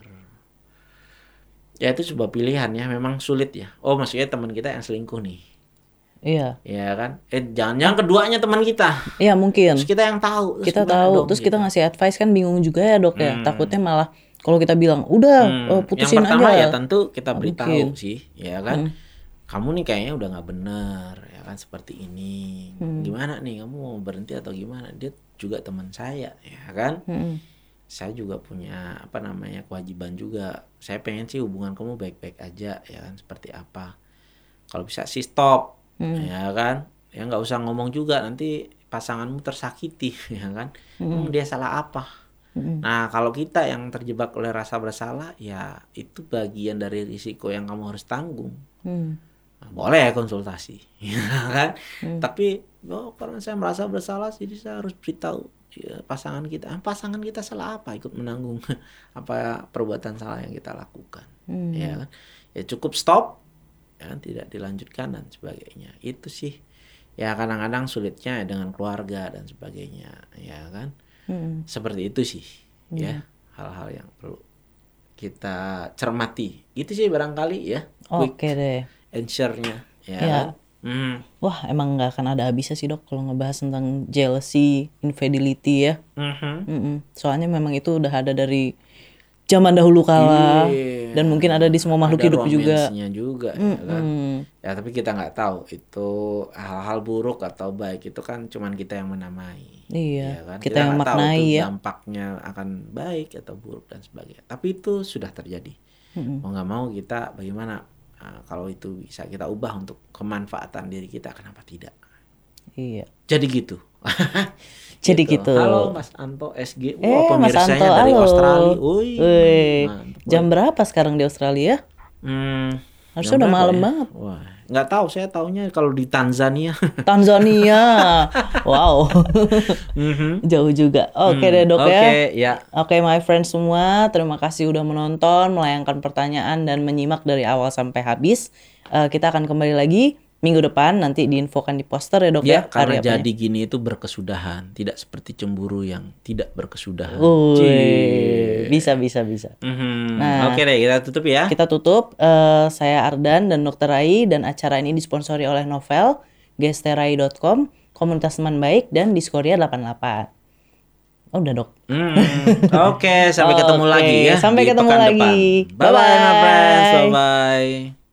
Ya itu sebuah pilihan ya, memang sulit ya. Oh maksudnya teman kita yang selingkuh nih. Iya. Iya kan? Eh jangan-jangan keduanya teman kita. Iya mungkin. Terus kita yang tahu. Terus kita tahu, dong, terus gitu. Kita ngasih advice kan bingung juga ya dok ya. Hmm. Takutnya malah kalau kita bilang udah hmm. uh, putusin aja. Yang pertama aja. Ya tentu kita beritahu mungkin. Sih, ya kan? Hmm. Kamu nih kayaknya udah nggak bener, ya kan seperti ini. Hmm. Gimana nih? Kamu mau berhenti atau gimana? Dia juga teman saya, ya kan? Hmm. Saya juga punya apa namanya kewajiban juga. Saya pengen sih hubungan kamu baik-baik aja, ya kan? Seperti apa? Kalau bisa sih stop. Hmm. Ya kan, ya nggak usah ngomong juga nanti pasanganmu tersakiti, ya kan, hmm. dia salah apa? Hmm. Nah kalau kita yang terjebak oleh rasa bersalah, ya itu bagian dari risiko yang kamu harus tanggung. Hmm. Nah, boleh konsultasi, ya kan? Hmm. Tapi oh, karena saya merasa bersalah, jadi saya harus beritahu ya, pasangan kita, pasangan kita salah apa? Ikut menanggung apa perbuatan salah yang kita lakukan, hmm. ya kan? Ya cukup stop. Ya, tidak dilanjutkan dan sebagainya. Itu sih ya kadang-kadang sulitnya dengan keluarga dan sebagainya, ya kan? Hmm. Seperti itu sih, hmm. ya hal-hal yang perlu kita cermati. Itu sih barangkali ya. Oke okay deh. Answer-nya, ya. ya. Kan? Hmm. Wah emang nggak akan ada habisnya sih dok kalau ngebahas tentang jealousy, infidelity ya. Mm-hmm. Mm-hmm. Soalnya memang itu udah ada dari zaman dahulu kala. Yeah. dan mungkin ada di semua makhluk ada hidup juga. romansnya juga ya kan. Ya tapi kita nggak tahu itu hal-hal buruk atau baik, itu kan cuman kita yang menamai. Iya, ya kan? kita yang nggak tahu maknai tuh ya. dampaknya akan baik atau buruk dan sebagainya. Tapi itu sudah terjadi. Mau nggak mau kita bagaimana, nah, kalau itu bisa kita ubah untuk kemanfaatan diri kita, kenapa tidak? Iya. Jadi gitu. Jadi gitu. Halo Mas Anto S G. Wah, Eh, Mas pemirsanya Anto, dari halo. Australia. Wih, Wih, mantap. jam berapa sekarang di Australia? Hmm, Harusnya jam udah berapa malam ya? banget. Wah, nggak tahu, saya taunya kalau di Tanzania. Tanzania. Wow. Mhm. Jauh juga. Oke Hmm, deh dok ya. Oke, ya. Oke my friends semua, terima kasih udah menonton, melayangkan pertanyaan dan menyimak dari awal sampai habis. Eh, kita akan kembali lagi minggu depan, nanti diinfokan di poster ya dok ya. Ya, karena hari apanya. jadi gini itu berkesudahan, tidak seperti cemburu yang tidak berkesudahan. Wih, Cie. bisa bisa bisa. Mhm. Nah, Oke deh, kita tutup ya. Kita tutup. Eh, saya Ardan dan dokter Rai, dan acara ini disponsori oleh Novel, gesterai dot com, komunitas teman baik, dan Diskoria delapan puluh delapan. Oh, udah dok. Hmm, Oke, sampai ketemu Oke, lagi ya. sampai di ketemu pekan lagi. depan. Bye bye, my friends. Bye-bye. Bye bye.